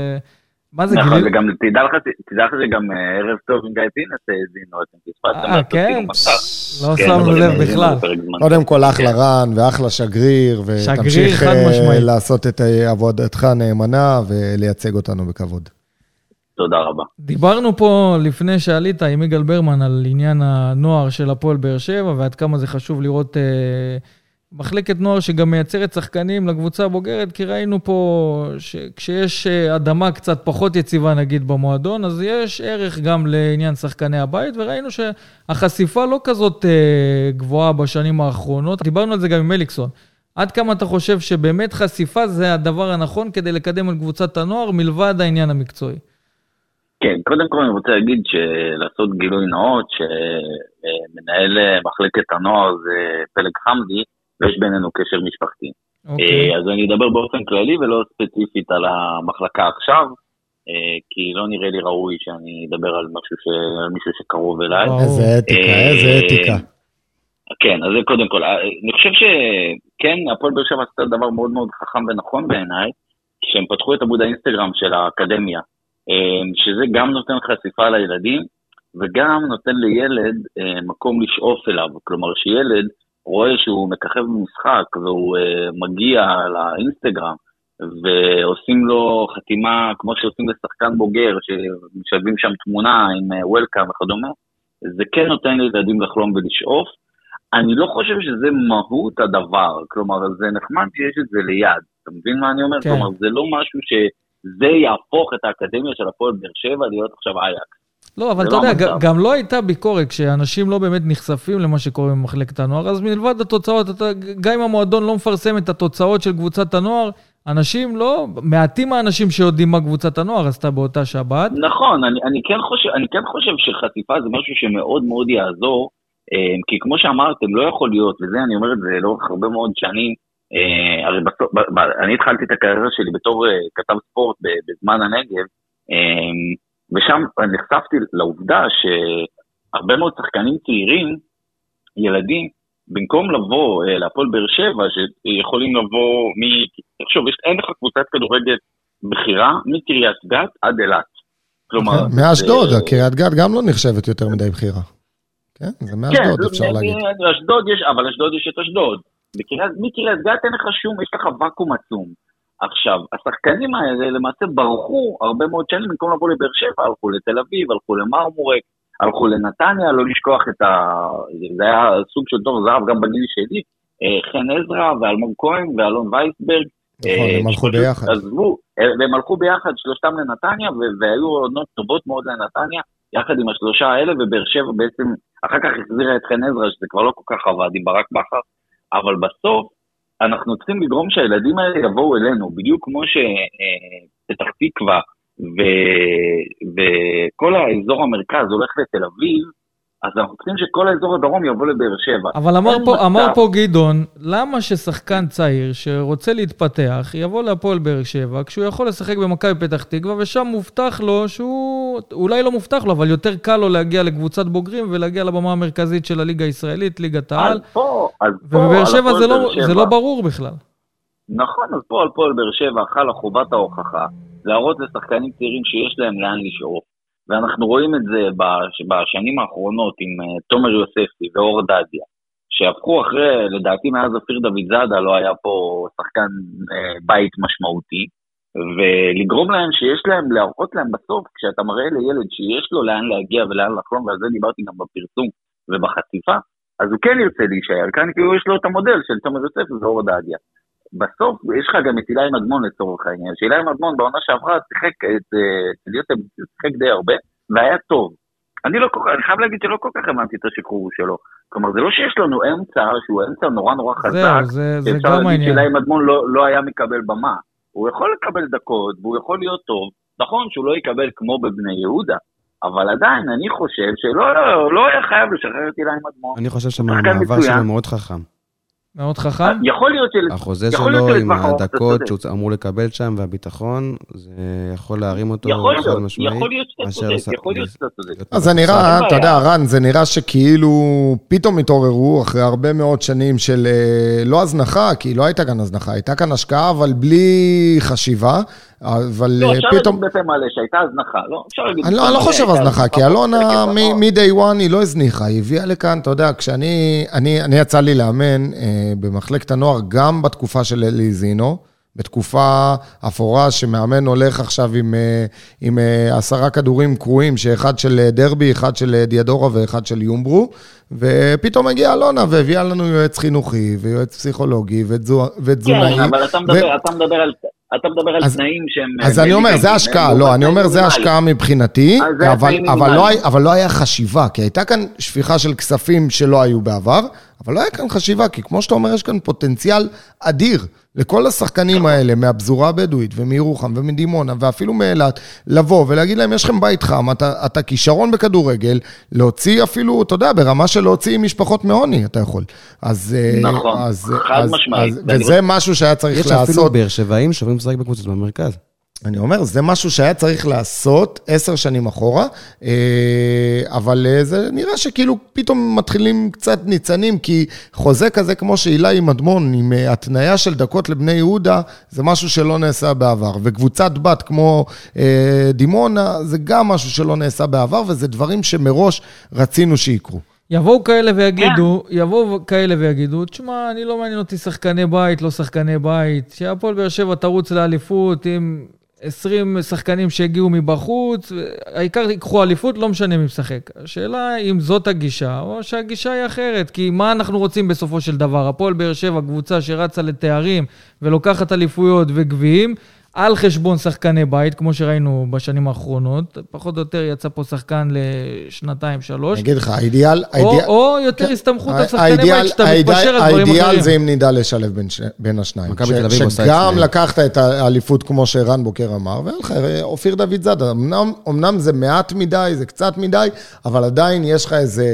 מה זה גילינו? וגם תדע לך שגם ערב טוב עם גיא פינס הזינו, אתם תספרתם אה, כן? לא שמנו לב בכלל. קודם כל אחלה רן ואחלה שגריר, ותמשיך לעשות את עבודתך נאמנה ולייצג אותנו בכבוד. תודה רבה. דיברנו פה לפני שעלית עם יגאל ברמן על עניין הנוער של הפועל באר שבע, ועד כמה זה חשוב לראות אה, מחלקת נוער שגם מייצרת שחקנים לקבוצה הבוגרת, כי ראינו פה שכשיש אדמה קצת פחות יציבה נגיד במועדון, אז יש ערך גם לעניין שחקני הבית, וראינו שהחשיפה לא כזאת אה, גבוהה בשנים האחרונות. דיברנו על זה גם עם מליקסון. עד כמה אתה חושב שבאמת חשיפה זה הדבר הנכון כדי לקדם על קבוצת הנוער, מלבד העניין המקצועי? כן, קודם כל אני רוצה להגיד שלעשות גילוי נאות, שמנהל מחלקת הנוער זה פלג חמדי, ויש בינינו קשר משפחתי. Okay. אז אני אדבר באופן כללי ולא ספציפית על המחלקה עכשיו, כי לא נראה לי ראוי שאני אדבר על משהו ש... על מישהו שקרוב אליי. איזה אתיקה, איזה אתיקה. כן, אז קודם כל, אני חושב שכן, הפועל באר שבע עשתה דבר מאוד מאוד חכם ונכון בעיניי, כשהם פתחו את עמוד האינסטגרם של האקדמיה, שזה גם נותן חשיפה לילדים, וגם נותן לילד מקום לשאוף אליו, כלומר שילד רואה שהוא מככב במשחק, והוא מגיע לאינסטגרם, ועושים לו חתימה, כמו שעושים לשחקן בוגר, שמשלבים שם תמונה עם וולקאם וכדומה, זה כן נותן לילדים לחלום ולשאוף. אני לא חושב שזה מהות הדבר, כלומר זה נחמד שיש את זה ליד, אתה מבין מה אני אומר? כן. כלומר זה לא משהו ש... זה יהפוך את האקדמיה של הפועל באר שבע להיות עכשיו אייקס. לא, אבל אתה יודע, גם לא הייתה ביקורת, כשאנשים לא באמת נחשפים למה שקורה במחלקת הנוער, אז מלבד התוצאות, גם אם המועדון לא מפרסם את התוצאות של קבוצת הנוער, אנשים לא, מעטים האנשים שיודעים מה קבוצת הנוער עשתה באותה שבת. נכון, אני, אני כן חושב, אני כן חושב שחשיפה זה משהו שמאוד מאוד יעזור, כי כמו שאמרתם, לא יכול להיות, וזה אני אומר את זה לאורך הרבה מאוד שנים, Uh, הרי בסוף, ב, ב, אני התחלתי את הקריירה שלי בתור uh, כתב ספורט בזמן הנגב, um, ושם נחשפתי לעובדה שהרבה מאוד שחקנים צעירים, ילדים, במקום לבוא uh, להפועל באר שבע, שיכולים לבוא, מ... תחשוב, יש, אין לך קבוצת כדורגל בחירה, מקריית גת עד אילת. כלומר... מאשדוד, זה... קריית גת גם לא נחשבת יותר מדי בחירה. כן, זה מאשדוד, כן, אפשר להגיד. כן, אשדוד יש, אבל אשדוד יש את אשדוד. מקריית גת אין לך שום, יש לך ואקום עצום. עכשיו, השחקנים האלה למעשה ברחו הרבה מאוד שנים, במקום לבוא לבאר שבע, הלכו לתל אביב, הלכו למרמורק, הלכו לנתניה, לא לשכוח את ה... זה היה סוג של דור זהב גם בגיל שלי, חן עזרא ואלמוג כהן ואלון וייסברג. נכון, הם הלכו ביחד. עזבו, והם הלכו ביחד שלושתם לנתניה, והיו עונות טובות מאוד לנתניה, יחד עם השלושה האלה, ובאר שבע בעצם, אחר כך החזירה את חן עזרא, שזה כבר לא כל כך עבד עם ברק בכר, אבל בסוף אנחנו צריכים לגרום שהילדים האלה יבואו אלינו, בדיוק כמו שפתח תקווה וכל האזור המרכז הולך לתל אביב, אז אנחנו צריכים שכל האזור הדרום יבוא לבאר שבע. אבל אמר פה, אמר פה גדעון, למה ששחקן צעיר שרוצה להתפתח יבוא להפועל באר שבע, כשהוא יכול לשחק במכבי פתח תקווה, ושם מובטח לו שהוא, אולי לא מובטח לו, אבל יותר קל לו להגיע לקבוצת בוגרים, ולהגיע לבמה המרכזית של הליגה הישראלית, ליגת העל. ובבאר שבע זה לא, זה לא ברור בכלל. נכון, אז פה על פועל באר שבע חלה חובת ההוכחה, להראות לשחקנים צעירים שיש להם לאן לשאוף. ואנחנו רואים את זה בשנים האחרונות עם תומר יוספי ואור דדיה, שהפכו אחרי, לדעתי מאז אופיר דוד זאדה לא היה פה שחקן בית משמעותי, ולגרום להם שיש להם, להראות להם בסוף, כשאתה מראה לילד שיש לו לאן להגיע ולאן לחלום, ועל זה דיברתי גם בפרסום ובחשיפה, אז הוא כן ירצה להישאר, כאן כאילו יש לו את המודל של תומר יוספי ואור דדיה. בסוף יש לך גם את אילי מדמון לצורך העניין, שאילי מדמון בעונה שעברה שיחק את ליוטה, שיחק די הרבה, והיה טוב. אני לא כל כך, אני חייב להגיד שלא כל כך הבנתי את השחרור שלו. כלומר, זה לא שיש לנו אמצע, שהוא אמצע נורא נורא חזק, זה, זה גם העניין. שאילי מדמון לא, לא היה מקבל במה. הוא יכול לקבל דקות, והוא יכול להיות טוב. נכון שהוא לא יקבל כמו בבני יהודה, אבל עדיין אני חושב שלא לא, לא היה חייב לשחרר את אילי מדמון. אני חושב שהמעבר שלו מאוד חכם. מאוד חכם? יכול להיות של... החוזה שלו עם הדקות שהוא אמור לקבל שם והביטחון, זה יכול להרים אותו חד משמעית. יכול להיות שאתה צודק, יכול להיות שאתה צודק. אז זה נראה, אתה יודע, רן, זה נראה שכאילו פתאום התעוררו אחרי הרבה מאוד שנים של לא הזנחה, כי לא הייתה כאן הזנחה, הייתה כאן השקעה, אבל בלי חשיבה. אבל לא, אפשר פתאום... להגיד בפה מלא שהייתה הזנחה, לא? אפשר להגיד... אני לא חושב הזנחה, כי אלונה מ-day one היא לא הזניחה, היא הביאה לכאן, אתה יודע, כשאני אני יצא לי לאמן במחלקת הנוער, גם בתקופה של אלי זינו, בתקופה אפורה שמאמן הולך עכשיו עם, עם עשרה כדורים קרועים, שאחד של דרבי, אחד של דיאדורה ואחד של יומברו, ופתאום הגיעה אלונה והביאה לנו יועץ חינוכי ויועץ פסיכולוגי ותזונאי. כן, אבל אתה מדבר, ו... אתה מדבר על... אתה מדבר על אז, תנאים שהם... אז אני אומר, זה השקעה, לא, אני אומר, זה השקעה מבחינתי, אבל, אבל, לא, אבל לא היה חשיבה, כי הייתה כאן שפיכה של כספים שלא היו בעבר, אבל לא היה כאן חשיבה, כי כמו שאתה אומר, יש כאן פוטנציאל אדיר לכל השחקנים האלה, מהפזורה הבדואית ומירוחם ומדימונה, ואפילו מאילת, לבוא ולהגיד להם, יש לכם בית חם, אתה, אתה כישרון בכדורגל, להוציא אפילו, אתה יודע, ברמה של להוציא משפחות מעוני, אתה יכול. אז, נכון, אז, חד אז, משמעית. אז, וזה משהו שהיה צריך יש לעשות. יש אפילו באר שבעים שווים לשחק בקבוצות במרכז. אני אומר, זה משהו שהיה צריך לעשות עשר שנים אחורה, אבל זה נראה שכאילו פתאום מתחילים קצת ניצנים, כי חוזה כזה כמו שאילי מדמון, עם התניה של דקות לבני יהודה, זה משהו שלא נעשה בעבר, וקבוצת בת כמו דימונה, זה גם משהו שלא נעשה בעבר, וזה דברים שמראש רצינו שיקרו. יבואו כאלה ויגידו, יבואו כאלה ויגידו, תשמע, אני לא מעניין אותי שחקני בית, לא שחקני בית, שהפועל באר שבע תרוץ לאליפות עם עשרים שחקנים שהגיעו מבחוץ, העיקר יקחו אליפות, לא משנה מי משחק. השאלה אם זאת הגישה, או שהגישה היא אחרת, כי מה אנחנו רוצים בסופו של דבר? הפועל באר שבע, קבוצה שרצה לתארים ולוקחת אליפויות וגביעים, על חשבון שחקני בית, כמו שראינו בשנים האחרונות, פחות או יותר יצא פה שחקן לשנתיים, שלוש. אני אגיד לך, האידיאל... או יותר הסתמכות על שחקני בית, שאתה מתפשר על דברים אחרים. האידיאל זה אם נדע לשלב בין השניים. שגם לקחת את האליפות, כמו שרן בוקר אמר, ואופיר דוד זאדה, אמנם זה מעט מדי, זה קצת מדי, אבל עדיין יש לך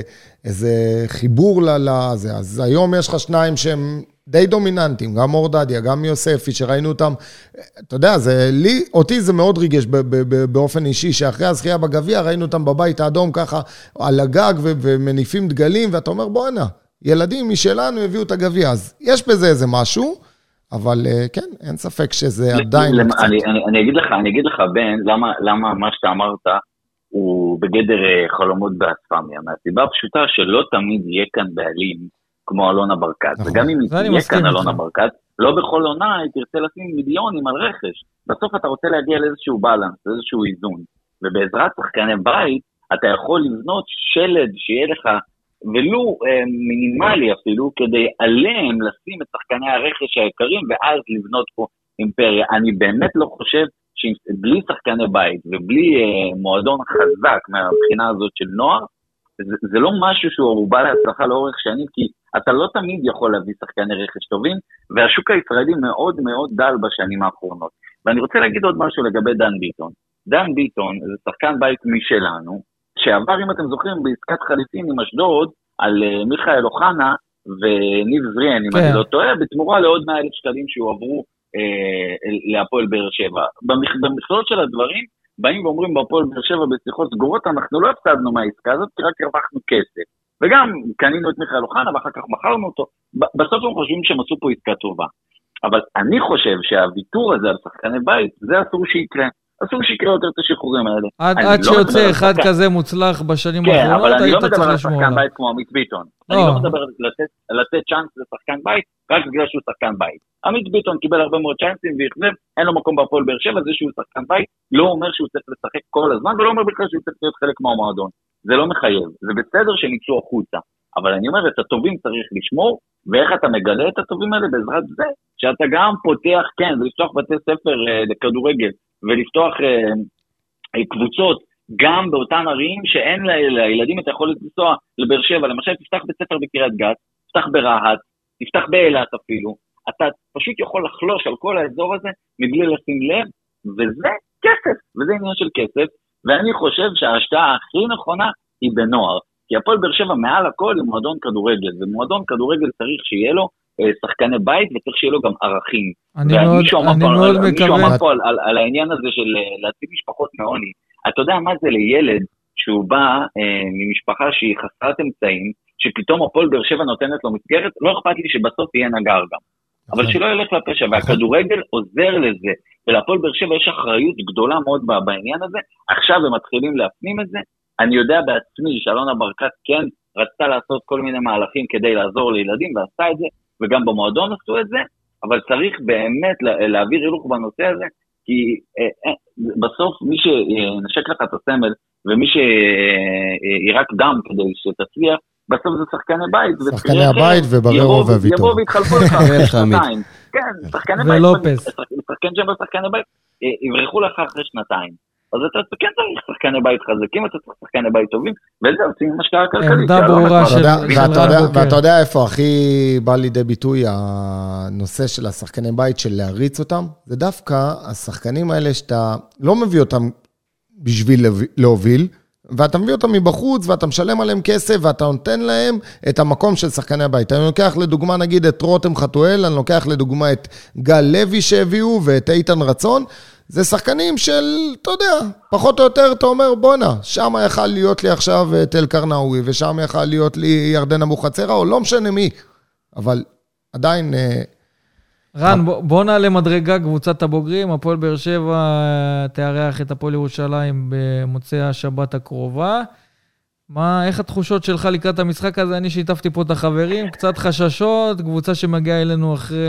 איזה חיבור לזה. אז היום יש לך שניים שהם... די דומיננטיים, גם אור דדיה, גם יוספי, שראינו אותם, אתה יודע, זה, לי, אותי זה מאוד ריגש ב- ב- ב- באופן אישי, שאחרי הזכייה בגביע, ראינו אותם בבית האדום ככה, על הגג ו- ומניפים דגלים, ואתה אומר, בוא הנה, ילדים משלנו הביאו את הגביע, אז יש בזה איזה משהו, אבל כן, אין ספק שזה עדיין... למ- אני, אני, אני אגיד לך, אני אגיד לך, בן, למה, למה מה שאתה אמרת, הוא בגדר חלומות באספמיה, מהסיבה הפשוטה שלא תמיד יהיה כאן בעלים, כמו אלונה ברקת, נכון. וגם אם יהיה כאן אלונה ברקת, לא בכל עונה היא תרצה לשים מיליונים על רכש, בסוף אתה רוצה להגיע לאיזשהו בלנס, לאיזשהו איזון, ובעזרת שחקני בית, אתה יכול לבנות שלד שיהיה לך, ולו אה, מינימלי אפילו, כדי עליהם לשים את שחקני הרכש היקרים, ואז לבנות פה אימפריה. אני באמת לא חושב שבלי שחקני בית, ובלי אה, מועדון חזק מהבחינה הזאת של נוער, זה, זה לא משהו שהוא ערובה להצלחה לאורך שנים, כי אתה לא תמיד יכול להביא שחקני רכש טובים, והשוק הישראלי מאוד מאוד דל בשנים האחרונות. ואני רוצה להגיד עוד משהו לגבי דן ביטון. דן ביטון זה שחקן בית משלנו, שעבר, אם אתם זוכרים, בעסקת חליפין עם אשדוד, על uh, מיכאל אוחנה וניב זריאן, אם אני לא טועה, בתמורה לעוד מאה אלף שקלים שהועברו uh, להפועל באר שבע. במכ... במכלול של הדברים, באים ואומרים בהפועל באר שבע בשיחות סגורות, אנחנו לא הפסדנו מהעסקה הזאת, כי רק הרווחנו כסף. וגם קנינו את מיכאל אוחנה, ואחר כך מכרנו אותו. בסוף הם חושבים שהם עשו פה עסקה טובה. אבל אני חושב שהוויתור הזה על שחקני בית, זה אסור שיקרה. אסור שיקרה יותר את השחרורים האלה. עד שיוצא אחד כזה מוצלח בשנים האחרונות, היית צריך לשמור עליו. כן, אבל אני לא מדבר על שחקן בית כמו עמית ביטון. אני לא מדבר על לתת צ'אנס לשחקן בית, רק בגלל שהוא שחקן בית. עמית ביטון קיבל הרבה מאוד צ'אנסים ויחזב, אין לו מקום בהפועל באר שבע, זה שהוא שחקן בית, לא אומר שהוא צריך לשחק כל הזמן, ולא אומר בכלל שהוא צריך להיות חלק מהמועדון. זה לא מחייב, זה בסדר שהם יצאו החוצה. אבל אני אומר, את הטובים צריך לשמור, ואיך אתה מגלה את הטובים האלה בעזרת זה, שאתה גם פותח, כן, ולפתוח בתי ספר אה, לכדורגל, ולפתוח אה, אה, קבוצות, גם באותן ערים שאין לילדים את היכולת לנסוע לבאר שבע, למשל תפתח בית ספר בקריית גת, תפתח ברהט, תפתח באילת אפילו, אתה פשוט יכול לחלוש על כל האזור הזה, מבלי לשים לב, וזה כסף, וזה עניין של כסף, ואני חושב שההשקעה הכי נכונה היא בנוער, כי הפועל באר שבע מעל הכל היא מועדון כדורגל, ומועדון כדורגל צריך שיהיה לו אה, שחקני בית, וצריך שיהיה לו גם ערכים. אני מאוד, אני מאוד מקווה. מישהו אמר פה על, על, על העניין הזה של להציג משפחות מעוני. אתה יודע מה זה לילד שהוא בא אה, ממשפחה שהיא חסרת אמצעים, שפתאום הפועל באר שבע נותנת לו מסגרת, לא אכפת לי שבסוף יהיה נגר גם. אבל שלא ילך לפשע, והכדורגל עוזר לזה, ולפועל באר שבע יש אחריות גדולה מאוד בעניין הזה, עכשיו הם מתחילים להפנים את זה, אני יודע בעצמי שאלונה ברקת כן רצתה לעשות כל מיני מהלכים כדי לעזור לילדים, ועשתה את זה, וגם במועדון עשו את זה, אבל צריך באמת להעביר הילוך בנושא הזה, כי אה, אה, בסוף מי שנשק לך את הסמל, ומי שירק דם כדי שתצליח, בסוף זה שחקני בית. שחקני הבית ובררו והוויטור. יבוא והתחלפו לך אחרי שנתיים. כן, שחקני בית. ולופס. שחקן שם בשחקני בית, יברחו לך אחרי שנתיים. אז אתה כן צריך שחקני בית חזקים, אתה צריך שחקני בית טובים, וזה עושים משקעה כלכלית. עמדה ברורה של רן. ואתה יודע איפה הכי בא לידי ביטוי הנושא של השחקני בית, של להריץ אותם? זה דווקא השחקנים האלה שאתה לא מביא אותם בשביל להוביל, ואתה מביא אותם מבחוץ, ואתה משלם עליהם כסף, ואתה נותן להם את המקום של שחקני הבית. אני לוקח לדוגמה, נגיד, את רותם חתואל, אני לוקח לדוגמה את גל לוי שהביאו, ואת איתן רצון, זה שחקנים של, אתה יודע, פחות או יותר, אתה אומר, בונה, שם יכל להיות לי עכשיו תל קרנאווי, ושם יכל להיות לי ירדן אבוחצירא, או לא משנה מי, אבל עדיין... רן, בוא נעלה מדרגה קבוצת הבוגרים, הפועל באר שבע תארח את הפועל ירושלים במוצאי השבת הקרובה. מה, איך התחושות שלך לקראת המשחק הזה? אני שיתפתי פה את החברים, קצת חששות, קבוצה שמגיעה אלינו אחרי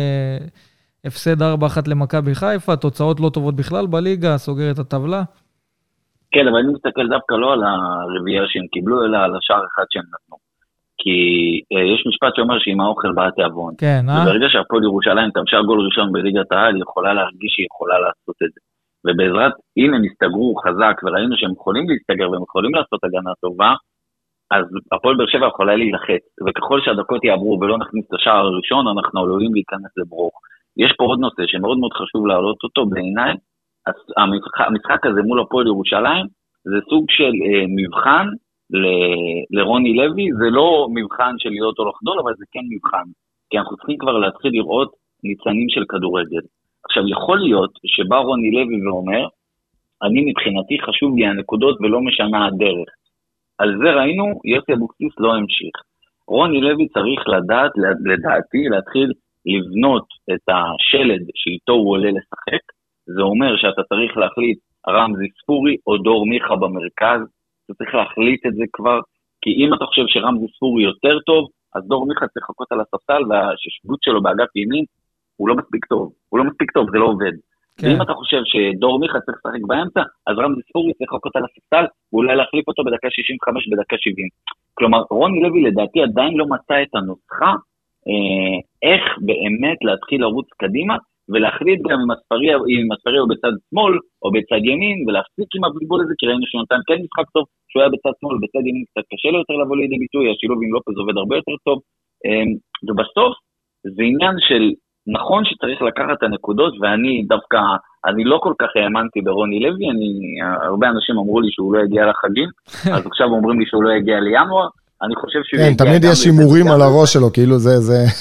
הפסד ארבע אחת למכבי חיפה, תוצאות לא טובות בכלל בליגה, סוגר את הטבלה. כן, אבל אני מסתכל דווקא לא על הרביעייה שהם קיבלו, אלא על השער אחד שהם נתנו. כי אה, יש משפט שאומר שאם האוכל בא תיאבון. כן, אה? וברגע שהפועל ירושלים תמשך גול ראשון בליגת העל, היא יכולה להרגיש שהיא יכולה לעשות את זה. ובעזרת, אם הם הסתגרו חזק, וראינו שהם יכולים להסתגר והם יכולים לעשות הגנה טובה, אז הפועל באר שבע יכולה להילחץ. וככל שהדקות יעברו ולא נכניס את השער הראשון, אנחנו עלולים להיכנס לברוך. יש פה עוד נושא שמאוד מאוד חשוב להעלות אותו בעיניי. המשחק, המשחק הזה מול הפועל ירושלים, זה סוג של אה, מבחן, ל- לרוני לוי, זה לא מבחן של להיות או לחדול, אבל זה כן מבחן, כי אנחנו צריכים כבר להתחיל לראות ניצנים של כדורגל. עכשיו, יכול להיות שבא רוני לוי ואומר, אני מבחינתי חשוב לי הנקודות ולא משנה הדרך. על זה ראינו, יוסי אבוקסיס לא המשיך. רוני לוי צריך לדעת, לדעתי, להתחיל לבנות את השלד שאיתו הוא עולה לשחק. זה אומר שאתה צריך להחליט רמזי ספורי או דור מיכה במרכז, אתה צריך להחליט את זה כבר, כי אם אתה חושב שרמזי ספורי יותר טוב, אז דור מיכה צריך לחכות על הספסל, והששבות שלו באגף ימין, הוא לא מספיק טוב. הוא לא מספיק טוב, זה לא עובד. כן. ואם אתה חושב שדור מיכה צריך לשחק באמצע, אז רמזי ספורי צריך לחכות על הספסל, ואולי להחליף אותו בדקה שישים וחמש, בדקה שבעים. כלומר, רוני לוי לדעתי עדיין לא מצא את הנוסחה, אה, איך באמת להתחיל לרוץ קדימה, ולהחליט גם אם הספריה, אם הספריה הוא בצד שמאל, או בצד ימין, ולהפסיק עם הבלבול הזה, כי ראינו שהוא נתן כן משחק טוב, שהוא היה בצד שמאל, בצד ימין קצת קשה לו יותר לבוא לידי ביטוי, השילוב עם לופז עובד הרבה יותר טוב, ובסוף זה עניין של, נכון שצריך לקחת את הנקודות, ואני דווקא, אני לא כל כך האמנתי ברוני לוי, אני, הרבה אנשים אמרו לי שהוא לא הגיע לחגים, אז עכשיו אומרים לי שהוא לא הגיע לינואר, אני חושב ש... כן, תמיד יש שימורים על הראש שלו, כאילו זה...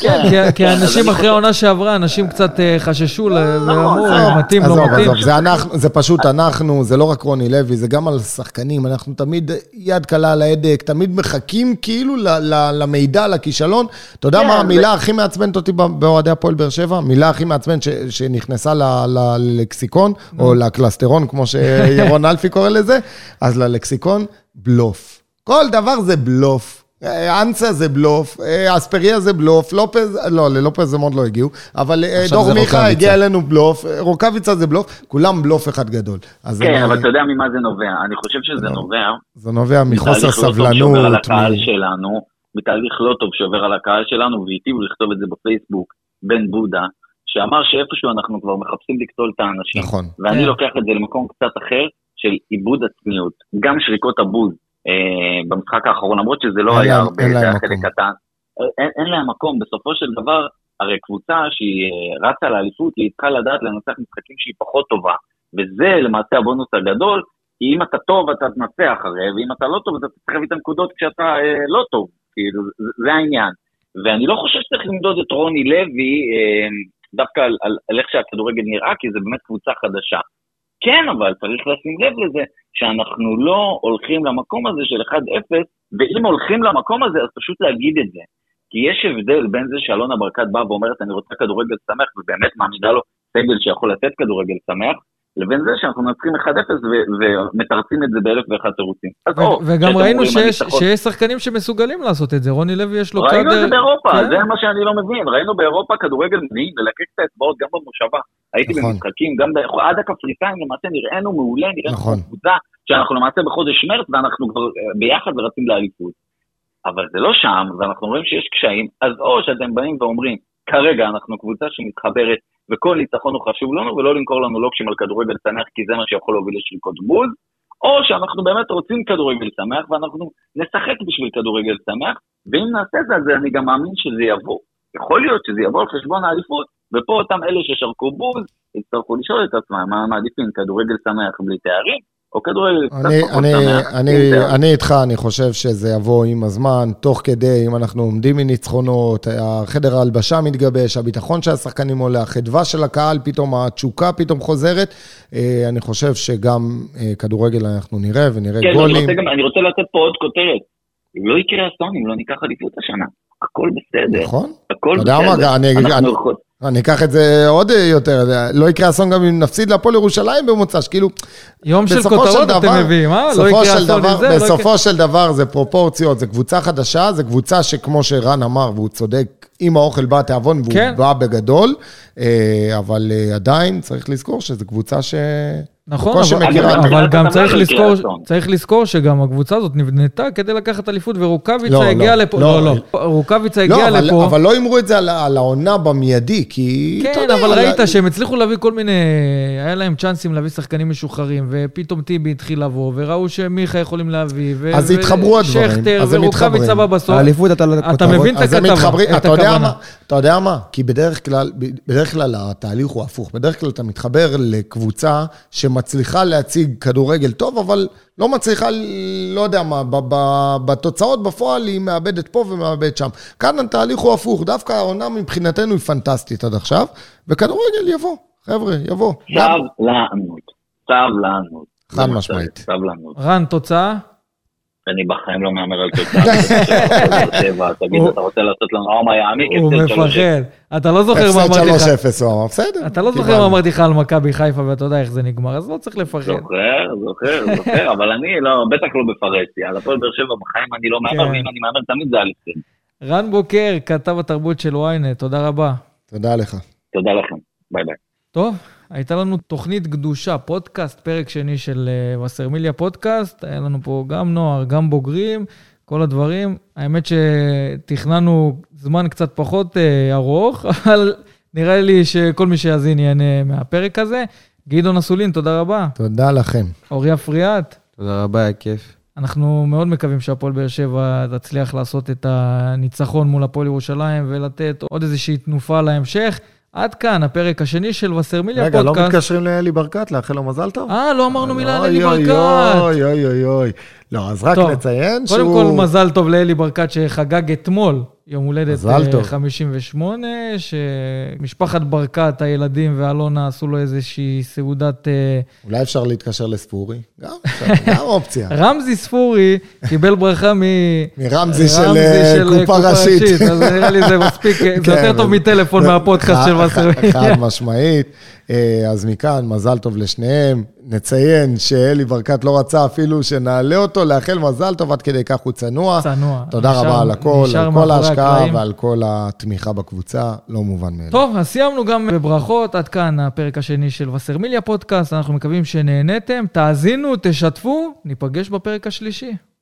כי האנשים אחרי העונה שעברה, אנשים קצת חששו, ואמרו, מתאים, לא מתאים. זה פשוט אנחנו, זה לא רק רוני לוי, זה גם על שחקנים, אנחנו תמיד יד קלה על ההדק, תמיד מחכים כאילו למידע, לכישלון. אתה יודע מה המילה הכי מעצבנת אותי באוהדי הפועל באר שבע? המילה הכי מעצבנת שנכנסה ללקסיקון, או לקלסטרון, כמו שירון אלפי קורא לזה, אז ללקסיקון, בלוף. כל דבר זה בלוף. אנסה זה בלוף, אספריה זה בלוף, לופז, לא, ללופז זה מאוד לא הגיעו, אבל דור מיכה הגיע אלינו בלוף, רוקביצה זה בלוף, כולם בלוף אחד גדול. כן, אבל אתה יודע ממה זה נובע, אני חושב שזה נובע. זה נובע מחוסר סבלנות. מתהליך לא טוב שעובר על הקהל שלנו, מתהליך לא טוב שעובר על הקהל שלנו, והיטיב לכתוב את זה בפייסבוק, בן בודה, שאמר שאיפשהו אנחנו כבר מחפשים לקטול את האנשים. נכון. ואני לוקח את זה למקום קצת אחר, של עיבוד עצמיות, גם שריקות הבוז. במשחק האחרון, למרות שזה לא היה הרבה, זה היה חלק קטן. אין להם מקום, בסופו של דבר, הרי קבוצה שהיא רצה לאליפות, היא צריכה לדעת לנצח משחקים שהיא פחות טובה, וזה למעשה הבונוס הגדול, כי אם אתה טוב אתה תנצח הרי, ואם אתה לא טוב אתה צריך להביא את הנקודות כשאתה לא טוב, כאילו, זה העניין. ואני לא חושב שצריך למדוד את רוני לוי, דווקא על איך שהכדורגל נראה, כי זה באמת קבוצה חדשה. כן, אבל צריך לשים לב לזה שאנחנו לא הולכים למקום הזה של אחד אפס, ואם הולכים למקום הזה, אז פשוט להגיד את זה. כי יש הבדל בין זה שאלונה ברקת באה ואומרת, אני רוצה כדורגל שמח, ובאמת מעמידה לו סגל שיכול לתת כדורגל שמח, לבין זה שאנחנו נצחים אחד אפס ומתרצים את זה באלף ואחד תירוצים. וגם ראינו שיש שחקנים שמסוגלים לעשות את זה, רוני לוי יש לו קאדר... ראינו את זה באירופה, זה מה שאני לא מבין, ראינו באירופה כדורגל מדהים, ולקק את האצבעות גם במושבה, הייתי במשחקים, גם עד הקפריסאים למעשה נראינו מעולה, נראינו קבוצה, שאנחנו למעשה בחודש מרץ, ואנחנו כבר ביחד ורצים לאליפות. אבל זה לא שם, ואנחנו רואים שיש קשיים, אז או שאתם באים ואומרים, כרגע אנחנו קבוצה שמתחברת, וכל ניצחון הוא חשוב לנו, ולא למכור לנו לוקשים על כדורגל שמח, כי זה מה שיכול להוביל לשריקות בוז, או שאנחנו באמת רוצים כדורגל שמח, ואנחנו נשחק בשביל כדורגל שמח, ואם נעשה את זה, אני גם מאמין שזה יבוא. יכול להיות שזה יבוא על חשבון האליפות, ופה אותם אלה ששרקו בוז, יצטרכו לשאול את עצמם, מה מעדיפים, כדורגל שמח בלי תארים, או כדורגל שמח. אני איתך, אני חושב שזה יבוא עם הזמן, תוך כדי, אם אנחנו עומדים מניצחונות, החדר ההלבשה מתגבש, הביטחון של השחקנים עולה, החדווה של הקהל, פתאום התשוקה פתאום חוזרת, אני חושב שגם כדורגל אנחנו נראה ונראה גולים. אני רוצה לתת פה עוד כותרת, לא יקרה אסון אם לא ניקח אליפות השנה, הכל בסדר. נכון. הכל בסדר. אני אקח את זה עוד יותר, לא יקרה אסון גם אם נפסיד להפועל ירושלים במוצא, שכאילו... יום של כותרות אתם מביאים, אה? לא יקרה אסון עם זה. בסופו של דבר זה פרופורציות, זה קבוצה חדשה, זה קבוצה שכמו שרן אמר, והוא צודק, אם האוכל בא תיאבון, והוא בא בגדול, אבל עדיין צריך לזכור שזו קבוצה ש... נכון, אבל גם צריך לזכור שגם הקבוצה הזאת נבנתה כדי לקחת אליפות, ורוקביצה הגיע לפה, לא, לא, רוקביצה הגיע לפה. אבל לא אמרו את זה על העונה במיידי, כי... כן, אבל ראית שהם הצליחו להביא כל מיני, היה להם צ'אנסים להביא שחקנים משוחררים, ופתאום טיבי התחיל לבוא, וראו שמיכה יכולים להביא, אז התחברו הדברים, אז הם מתחברים. ורוקביצה בא בסוף. האליפות אתה מבין את הכתבה, אתה יודע מה? אתה יודע מה? כי בדרך כלל, בדרך כלל התהליך הוא הפוך. בדרך כלל אתה מתחבר לקבוצה שמצליחה להציג כדורגל טוב, אבל לא מצליחה, לא יודע מה, בתוצאות בפועל היא מאבדת פה ומאבדת שם. כאן התהליך הוא הפוך. דווקא העונה מבחינתנו היא פנטסטית עד עכשיו, וכדורגל יבוא. חבר'ה, יבוא. סבלנות. סבלנות. חד משמעית. סבלנות. רן, תוצאה? אני בחיים לא מאמר על תוצאה. תגיד, אתה רוצה לעשות לנו ארמה יעמיק? הוא מפחד. אתה לא זוכר מה אמרתי לך. שלוש אפס הוא אמר, בסדר. אתה לא זוכר מה אמרתי לך על מכבי חיפה, ואתה יודע איך זה נגמר, אז לא צריך לפחד. זוכר, זוכר, זוכר, אבל אני בטח לא בפרצי. על הפועל באר שבע בחיים אני לא מאמר, ואם אני מאמר תמיד זה אליפות. רן בוקר, כתב התרבות של וויינט, תודה רבה. תודה לך. תודה לכם, ביי ביי. טוב, הייתה לנו תוכנית קדושה, פודקאסט, פרק שני של וסרמיליה פודקאסט, היה לנו פה גם נוער, גם בוגרים, כל הדברים. האמת שתכננו זמן קצת פחות ארוך, אבל נראה לי שכל מי שיאזין ייהנה מהפרק הזה. גדעון אסולין, תודה רבה. תודה לכם. אוריה פריאט. תודה רבה, היה כיף. אנחנו מאוד מקווים שהפועל באר שבע תצליח לעשות את הניצחון מול הפועל ירושלים, ולתת עוד איזושהי תנופה להמשך. עד כאן, הפרק השני של וסרמיליה רגע, פודקאסט. לא מתקשרים לאלי ברקת, לאחל לו מזל טוב? אה, לא אמרנו מילה על אלי אוי, ברקת. אוי, אוי, אוי, אוי. לא, אז רק טוב, נציין שהוא... קודם כל, מזל טוב לאלי ברקת שחגג אתמול, יום הולדת מזל טוב. חמישים ושמונה, שמשפחת ברקת, הילדים ואלונה עשו לו איזושהי סעודת... אולי אפשר להתקשר לספורי? גם, גם אופציה. רמזי ספורי קיבל ברכה מ... מרמזי של קופה ראשית. אז נראה לי זה מספיק, זה יותר טוב מטלפון מהפודקאסט של וסרמיליה. חד משמעית. אז מכאן, מזל טוב לשניהם. נציין שאלי ברקת לא רצה אפילו שנעלה אותו, לאחל מזל טוב, עד כדי כך הוא צנוע. צנוע. תודה רבה על הכל, על כל ההשקעה ועל כל התמיכה בקבוצה, לא מובן מאליו. טוב, אז סיימנו גם בברכות, עד כאן הפרק השני של וסרמיליה פודקאסט, אנחנו מקווים שנהנתם, תאזינו, תשתפו, ניפגש בפרק השלישי.